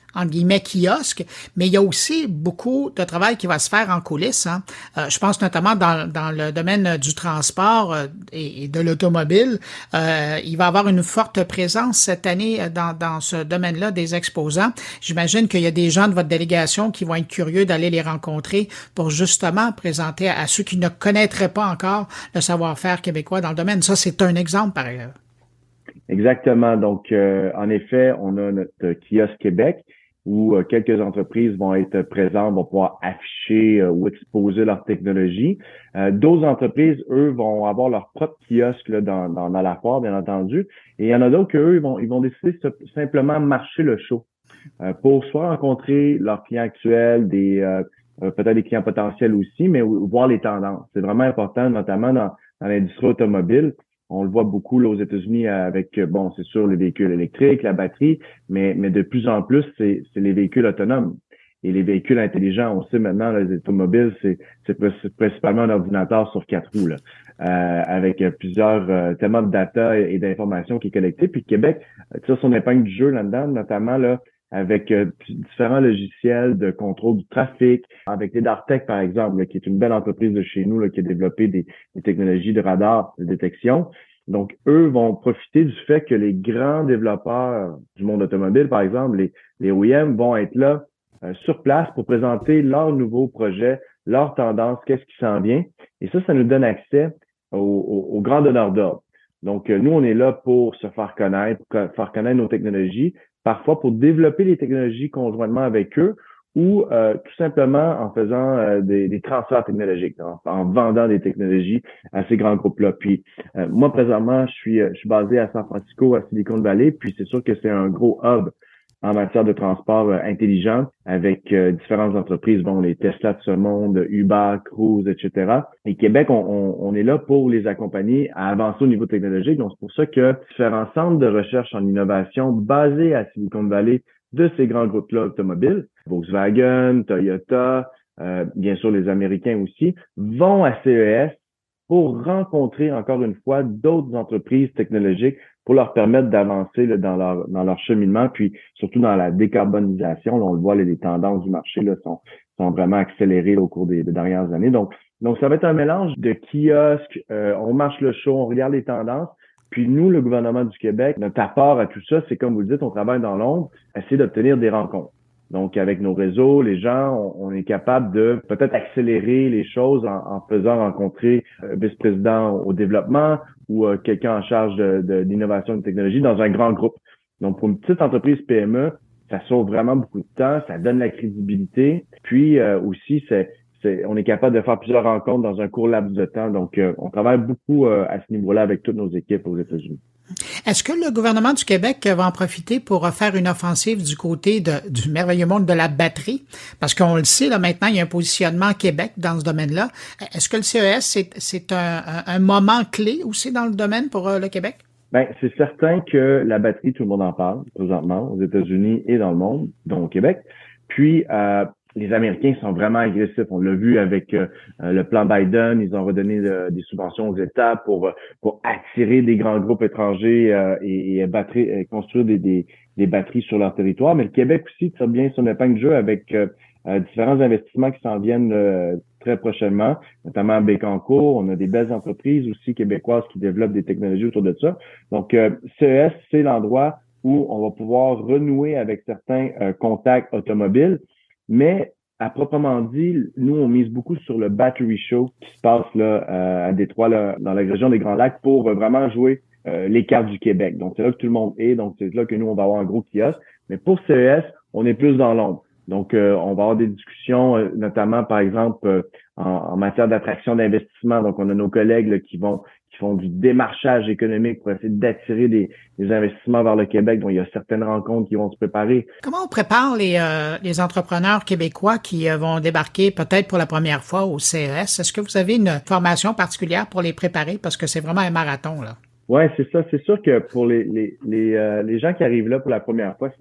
entre guillemets, kiosque, mais il y a aussi beaucoup de travail qui va se faire en coulisses. Hein. Euh, je pense notamment dans, dans le domaine du transport euh, et, et de l'automobile. Euh, il va y avoir une forte présence cette année dans, dans ce domaine-là des exposants. J'imagine qu'il y a des gens de votre délégation qui vont être curieux d'aller les rencontrer pour justement présenter à, à ceux qui ne connaîtraient pas encore le savoir-faire québécois dans le domaine. Ça, c'est un exemple, par ailleurs. Exactement. Donc, euh, en effet, on a notre kiosque Québec, où euh, quelques entreprises vont être présentes, vont pouvoir afficher euh, ou exposer leur technologie. Euh, d'autres entreprises, eux, vont avoir leur propre kiosque là, dans, dans, dans la foire, bien entendu. Et il y en a d'autres qu'eux, ils vont, ils vont décider de simplement marcher le show euh, pour soit rencontrer leurs clients actuels, des euh, euh, peut-être des clients potentiels aussi, mais voir les tendances. C'est vraiment important, notamment dans, dans l'industrie automobile. On le voit beaucoup là, aux États-Unis avec, bon, c'est sûr, les véhicules électriques, la batterie, mais, mais de plus en plus, c'est, c'est les véhicules autonomes et les véhicules intelligents. On sait maintenant, là, les automobiles, c'est, c'est principalement un ordinateur sur quatre roues, là, euh, avec plusieurs, euh, tellement de data et, et d'informations qui est collectée. Puis Québec tire son épingle du jeu là-dedans, notamment là avec euh, différents logiciels de contrôle du trafic, avec les Dartech, par exemple, là, qui est une belle entreprise de chez nous là, qui a développé des, des technologies de radar de détection. Donc, eux vont profiter du fait que les grands développeurs du monde automobile, par exemple, les, les O E M, vont être là euh, sur place pour présenter leurs nouveaux projets, leurs tendances, qu'est-ce qui s'en vient. Et ça, ça nous donne accès aux, aux, aux grands donneurs d'ordre. Donc, euh, nous, on est là pour se faire connaître, pour faire connaître nos technologies, parfois pour développer les technologies conjointement avec eux ou euh, tout simplement en faisant euh, des, des transferts technologiques, en, en vendant des technologies à ces grands groupes-là. Puis euh, moi, présentement, je suis, je suis basé à San Francisco, à Silicon Valley, puis c'est sûr que c'est un gros hub en matière de transport euh, intelligent avec euh, différentes entreprises, bon, les Tesla de ce monde, Uber, Cruise, et cetera. Et Québec, on, on, on est là pour les accompagner à avancer au niveau technologique. Donc, c'est pour ça que différents centres de recherche en innovation basés à Silicon Valley de ces grands groupes-là automobiles, Volkswagen, Toyota, euh, bien sûr les Américains aussi, vont à C E S pour rencontrer encore une fois d'autres entreprises technologiques pour leur permettre d'avancer là, dans leur dans leur cheminement, puis surtout dans la décarbonisation. Là, on le voit, là, les tendances du marché là, sont sont vraiment accélérées là, au cours des, des dernières années. Donc, donc ça va être un mélange de kiosques, euh, on marche le show, on regarde les tendances. Puis nous, le gouvernement du Québec, notre apport à tout ça, c'est comme vous le dites, on travaille dans l'ombre, essayer d'obtenir des rencontres. Donc, avec nos réseaux, les gens, on, on est capable de peut-être accélérer les choses en, en faisant rencontrer un vice-président au développement ou euh, quelqu'un en charge de, de, d'innovation et de technologie dans un grand groupe. Donc, pour une petite entreprise P M E, ça sauve vraiment beaucoup de temps, ça donne la crédibilité. Puis euh, aussi, c'est, c'est on est capable de faire plusieurs rencontres dans un court laps de temps. Donc, euh, on travaille beaucoup euh, à ce niveau-là avec toutes nos équipes aux États-Unis. Est-ce que le gouvernement du Québec va en profiter pour faire une offensive du côté de, du merveilleux monde de la batterie? Parce qu'on le sait, là, maintenant, il y a un positionnement Québec dans ce domaine-là. Est-ce que le C E S, c'est, c'est un, un, un moment clé aussi dans le domaine pour euh, le Québec? Ben, c'est certain que la batterie, tout le monde en parle présentement aux États-Unis et dans le monde, dont au Québec. Puis, euh, les Américains sont vraiment agressifs. On l'a vu avec euh, le plan Biden. Ils ont redonné euh, des subventions aux États pour pour attirer des grands groupes étrangers euh, et, et batterie, et construire des, des, des batteries sur leur territoire. Mais le Québec aussi tire bien son épingle du jeu avec euh, euh, différents investissements qui s'en viennent euh, très prochainement, notamment à Bécancour. On a des belles entreprises aussi québécoises qui développent des technologies autour de ça. Donc, euh, C E S, c'est l'endroit où on va pouvoir renouer avec certains euh, contacts automobiles. Mais à proprement dit, nous, on mise beaucoup sur le Battery Show qui se passe là euh, à Détroit, là, dans la région des Grands Lacs, pour euh, vraiment jouer euh, les cartes du Québec. Donc, c'est là que tout le monde est. Donc, c'est là que nous, on va avoir un gros kiosque. Mais pour C E S, on est plus dans l'ombre. Donc, euh, on va avoir des discussions, euh, notamment, par exemple, euh, en, en matière d'attraction d'investissement. Donc, on a nos collègues là, qui vont qui font du démarchage économique pour essayer d'attirer des, des investissements vers le Québec. Donc, il y a certaines rencontres qui vont se préparer. Comment on prépare les, euh, les entrepreneurs québécois qui euh, vont débarquer peut-être pour la première fois au C E S? Est-ce que vous avez une formation particulière pour les préparer? Parce que c'est vraiment un marathon, là. Ouais, c'est ça. C'est sûr que pour les les les, euh, les gens qui arrivent là pour la première fois, c'est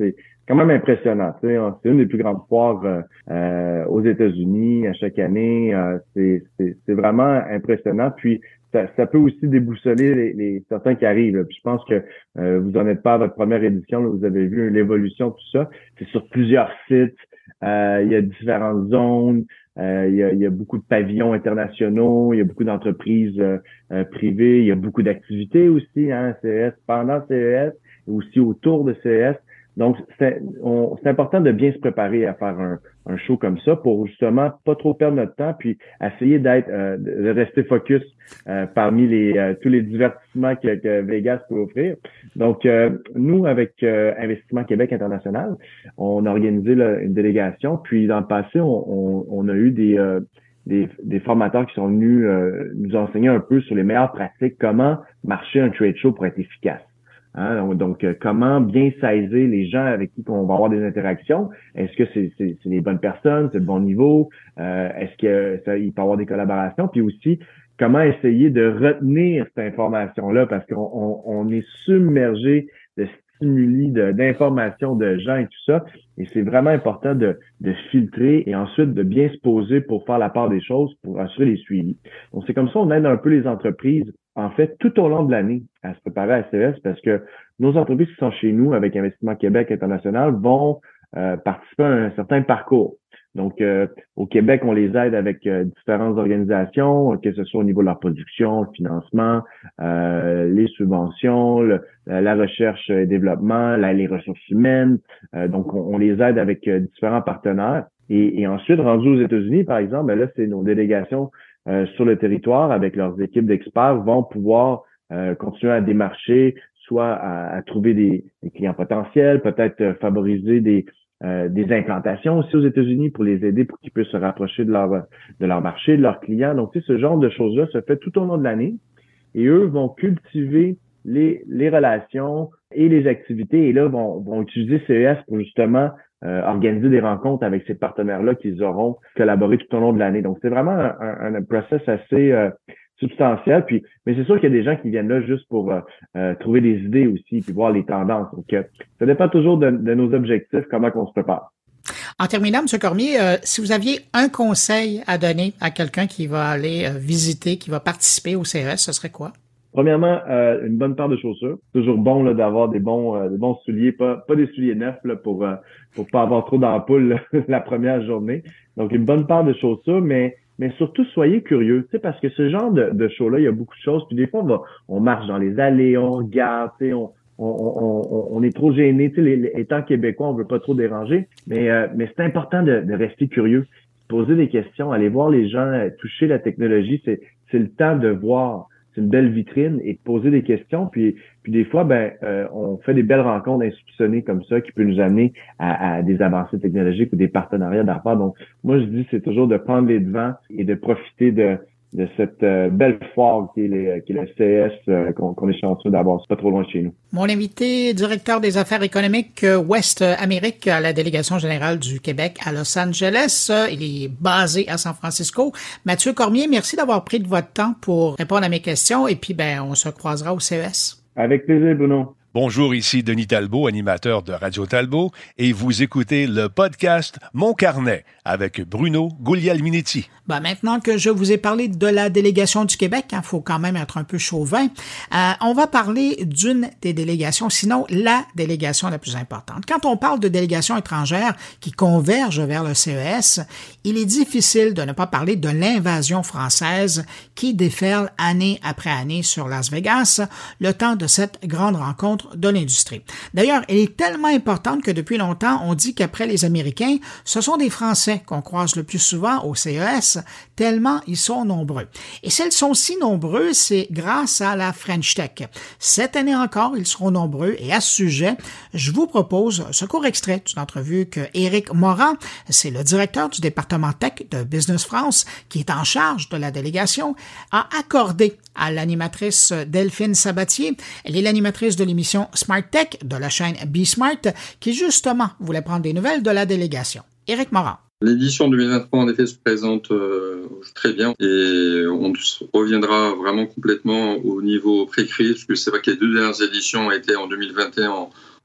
quand même impressionnant. Tu sais, c'est une des plus grandes foires euh, euh, aux États-Unis à chaque année. Euh, c'est, c'est, c'est vraiment impressionnant. Puis ça, ça peut aussi déboussoler les, les certains qui arrivent. Là. Puis je pense que euh, vous en êtes pas à votre première édition. Là, vous avez vu l'évolution, tout ça. C'est sur plusieurs sites. Euh, il y a différentes zones. Euh, il, y a, il y a beaucoup de pavillons internationaux. Il y a beaucoup d'entreprises euh, euh, privées. Il y a beaucoup d'activités aussi, hein, C E S, pendant C E S et aussi autour de C E S. Donc, c'est, on, c'est important de bien se préparer à faire un, un show comme ça pour justement pas trop perdre notre temps puis essayer d'être, euh, de rester focus euh, parmi les euh, tous les divertissements que, que Vegas peut offrir. Donc, euh, nous, avec euh, Investissement Québec International, on a organisé là, une délégation. Puis, dans le passé, on, on, on a eu des, euh, des des formateurs qui sont venus euh, nous enseigner un peu sur les meilleures pratiques, comment marcher un trade show pour être efficace. Hein, donc, euh, comment bien saisir les gens avec qui on va avoir des interactions? Est-ce que c'est, c'est, c'est les bonnes personnes, c'est le bon niveau? Euh, est-ce que ça, il peut y avoir des collaborations? Puis aussi, comment essayer de retenir cette information-là? Parce qu'on on, on est submergé de stimuli, de, d'informations de gens et tout ça. Et c'est vraiment important de, de filtrer et ensuite de bien se poser pour faire la part des choses, pour assurer les suivis. Donc, c'est comme ça on aide un peu les entreprises en fait, tout au long de l'année, à se préparer à C E S parce que nos entreprises qui sont chez nous avec Investissement Québec International vont euh, participer à un certain parcours. Donc, euh, au Québec, on les aide avec euh, différentes organisations, que ce soit au niveau de leur production, le financement, euh, les subventions, le, la recherche et développement, la, les ressources humaines. Euh, donc, on, on les aide avec euh, différents partenaires. Et, et ensuite, rendus aux États-Unis, par exemple, ben là, c'est nos délégations Euh, sur le territoire avec leurs équipes d'experts vont pouvoir euh, continuer à démarcher, soit à, à trouver des, des clients potentiels, peut-être euh, favoriser des euh, des implantations aussi aux États-Unis pour les aider pour qu'ils puissent se rapprocher de leur de leur marché, de leurs clients. Donc, tu sais, ce genre de choses-là se fait tout au long de l'année et eux vont cultiver les les relations et les activités et là vont vont utiliser C E S pour justement Euh, organiser des rencontres avec ces partenaires-là qu'ils auront collaboré tout au long de l'année. Donc, c'est vraiment un, un, un process assez euh, substantiel. Puis, mais c'est sûr qu'il y a des gens qui viennent là juste pour euh, euh, trouver des idées aussi, puis voir les tendances. Donc, euh, ça dépend toujours de, de nos objectifs, comment qu'on se prépare. En terminant, M. Cormier, euh, si vous aviez un conseil à donner à quelqu'un qui va aller euh, visiter, qui va participer au C E S, ce serait quoi? Premièrement, euh, une bonne paire de chaussures. Toujours bon là d'avoir des bons euh, des bons souliers, pas pas des souliers neufs là pour euh, pour pas avoir trop d'ampoules la première journée. Donc une bonne paire de chaussures, mais mais surtout soyez curieux, tu sais, parce que ce genre de, de show là, il y a beaucoup de choses. Puis des fois on va on marche dans les allées, on regarde, tu sais, on on, on on est trop gêné, tu sais, les, les, étant québécois, on veut pas trop déranger, mais euh, mais c'est important de, de rester curieux, poser des questions, aller voir les gens, toucher la technologie, c'est c'est le temps de voir. C'est une belle vitrine et de poser des questions. Puis, puis des fois, ben, euh, on fait des belles rencontres insoupçonnées comme ça qui peut nous amener à, à des avancées technologiques ou des partenariats d'affaires. Donc, moi, je dis, c'est toujours de prendre les devants et de profiter de, de cette euh, belle foire qui est, les, qui est le C E S euh, qu'on, qu'on est chanceux d'avoir. C'est pas trop loin de chez nous. Mon invité, directeur des affaires économiques Ouest Amérique à la délégation générale du Québec à Los Angeles. Il est basé à San Francisco. Mathieu Cormier, merci d'avoir pris de votre temps pour répondre à mes questions et puis ben on se croisera au C E S. Avec plaisir, Bruno. Bonjour, ici Denis Talbot, animateur de Radio Talbot, et vous écoutez le podcast Mon Carnet avec Bruno Guglielminetti. Ben maintenant que je vous ai parlé de la délégation du Québec, il hein, faut quand même être un peu chauvin, euh, on va parler d'une des délégations, sinon la délégation la plus importante. Quand on parle de délégations étrangères qui convergent vers le C E S, il est difficile de ne pas parler de l'invasion française qui déferle année après année sur Las Vegas, le temps de cette grande rencontre de l'industrie. D'ailleurs, elle est tellement importante que depuis longtemps, on dit qu'après les Américains, ce sont des Français qu'on croise le plus souvent au C E S, tellement ils sont nombreux. Et s'ils sont si nombreux, c'est grâce à la French Tech. Cette année encore, ils seront nombreux et à ce sujet, je vous propose ce court extrait d'une entrevue que Éric Morin, c'est le directeur du département Tech de Business France, qui est en charge de la délégation, a accordé à l'animatrice Delphine Sabatier. Elle est l'animatrice de l'émission Smart Tech de la chaîne Be Smart, qui justement voulait prendre des nouvelles de la délégation. Éric Morin. L'édition deux mille vingt-trois, en effet, se présente euh, très bien et on reviendra vraiment complètement au niveau pré-crise, puisque c'est vrai que les deux dernières éditions étaient en deux mille vingt et un en,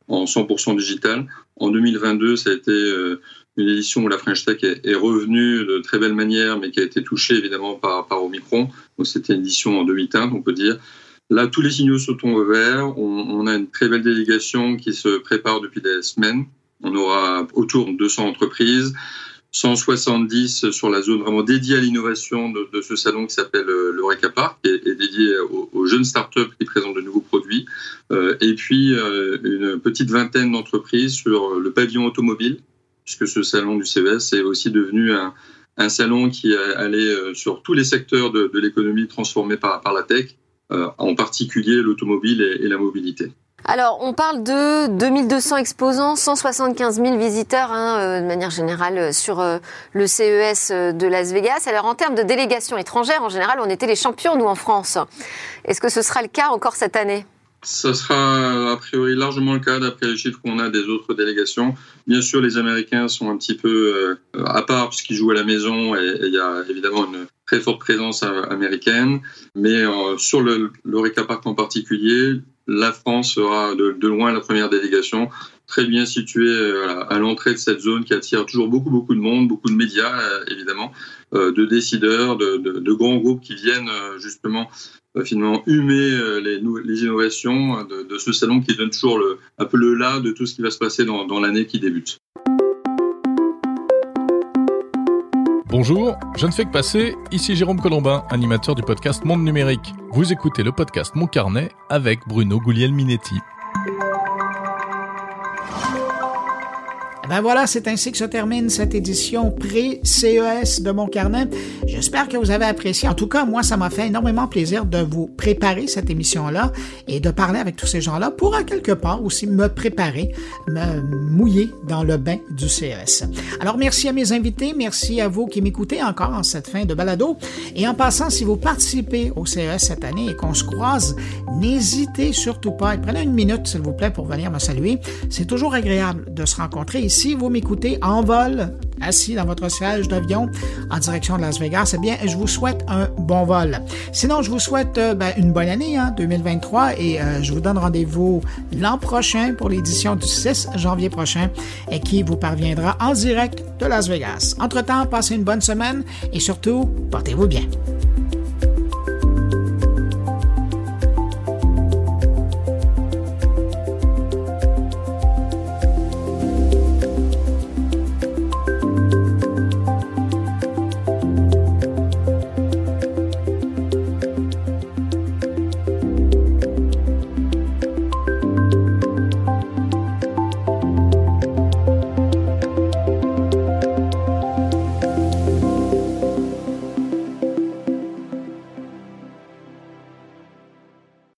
en cent pour cent digital. En deux mille vingt-deux, ça a été euh, une édition où la French Tech est, est revenue de très belle manière, mais qui a été touchée évidemment par, par Omicron. Donc c'était une édition en demi-teinte, on peut dire. Là, tous les signaux se tournent au vert. On, on a une très belle délégation qui se prépare depuis des semaines. On aura autour de deux cents entreprises, cent soixante-dix sur la zone vraiment dédiée à l'innovation de, de ce salon qui s'appelle l'Eureka Park, qui est, est dédié aux, aux jeunes startups qui présentent de nouveaux produits. Euh, et puis, euh, une petite vingtaine d'entreprises sur le pavillon automobile, puisque ce salon du C E S est aussi devenu un, un salon qui allait sur tous les secteurs de, de l'économie transformée par, par la tech, euh, en particulier l'automobile et, et la mobilité. Alors, on parle de deux mille deux cents exposants, cent soixante-quinze mille visiteurs hein, euh, de manière générale sur euh, le C E S de Las Vegas. Alors, en termes de délégation étrangère, en général, on était les champions, nous, en France. Est-ce que ce sera le cas encore cette année ? Ça sera a priori largement le cas d'après les chiffres qu'on a des autres délégations. Bien sûr, les Américains sont un petit peu euh, à part puisqu'ils jouent à la maison et il y a évidemment une très forte présence américaine. Mais euh, sur le l'Eureka Park en particulier, la France sera de, de loin la première délégation, très bien située euh, à l'entrée de cette zone qui attire toujours beaucoup beaucoup de monde, beaucoup de médias euh, évidemment, euh, de décideurs, de, de, de grands groupes qui viennent euh, justement euh, finalement humer euh, les, les innovations de, de ce salon qui donne toujours le, un peu le là de tout ce qui va se passer dans, dans l'année qui débute. Bonjour, je ne fais que passer, ici Jérôme Colombin, animateur du podcast Monde Numérique. Vous écoutez le podcast Mon Carnet avec Bruno Guglielminetti. Ben voilà, c'est ainsi que se termine cette édition pré-C E S de Mon Carnet. J'espère que vous avez apprécié. En tout cas, moi, ça m'a fait énormément plaisir de vous préparer cette émission-là et de parler avec tous ces gens-là pour, à quelque part, aussi me préparer, me mouiller dans le bain du C E S. Alors, merci à mes invités, merci à vous qui m'écoutez encore en cette fin de balado. Et en passant, si vous participez au C E S cette année et qu'on se croise, n'hésitez surtout pas et prenez une minute, s'il vous plaît, pour venir me saluer. C'est toujours agréable de se rencontrer ici. Si vous m'écoutez en vol, assis dans votre siège d'avion en direction de Las Vegas, eh bien, je vous souhaite un bon vol. Sinon, je vous souhaite euh, ben, une bonne année, hein, deux mille vingt-trois, et euh, je vous donne rendez-vous l'an prochain pour l'édition du six janvier prochain et qui vous parviendra en direct de Las Vegas. Entre-temps, passez une bonne semaine et surtout, portez-vous bien.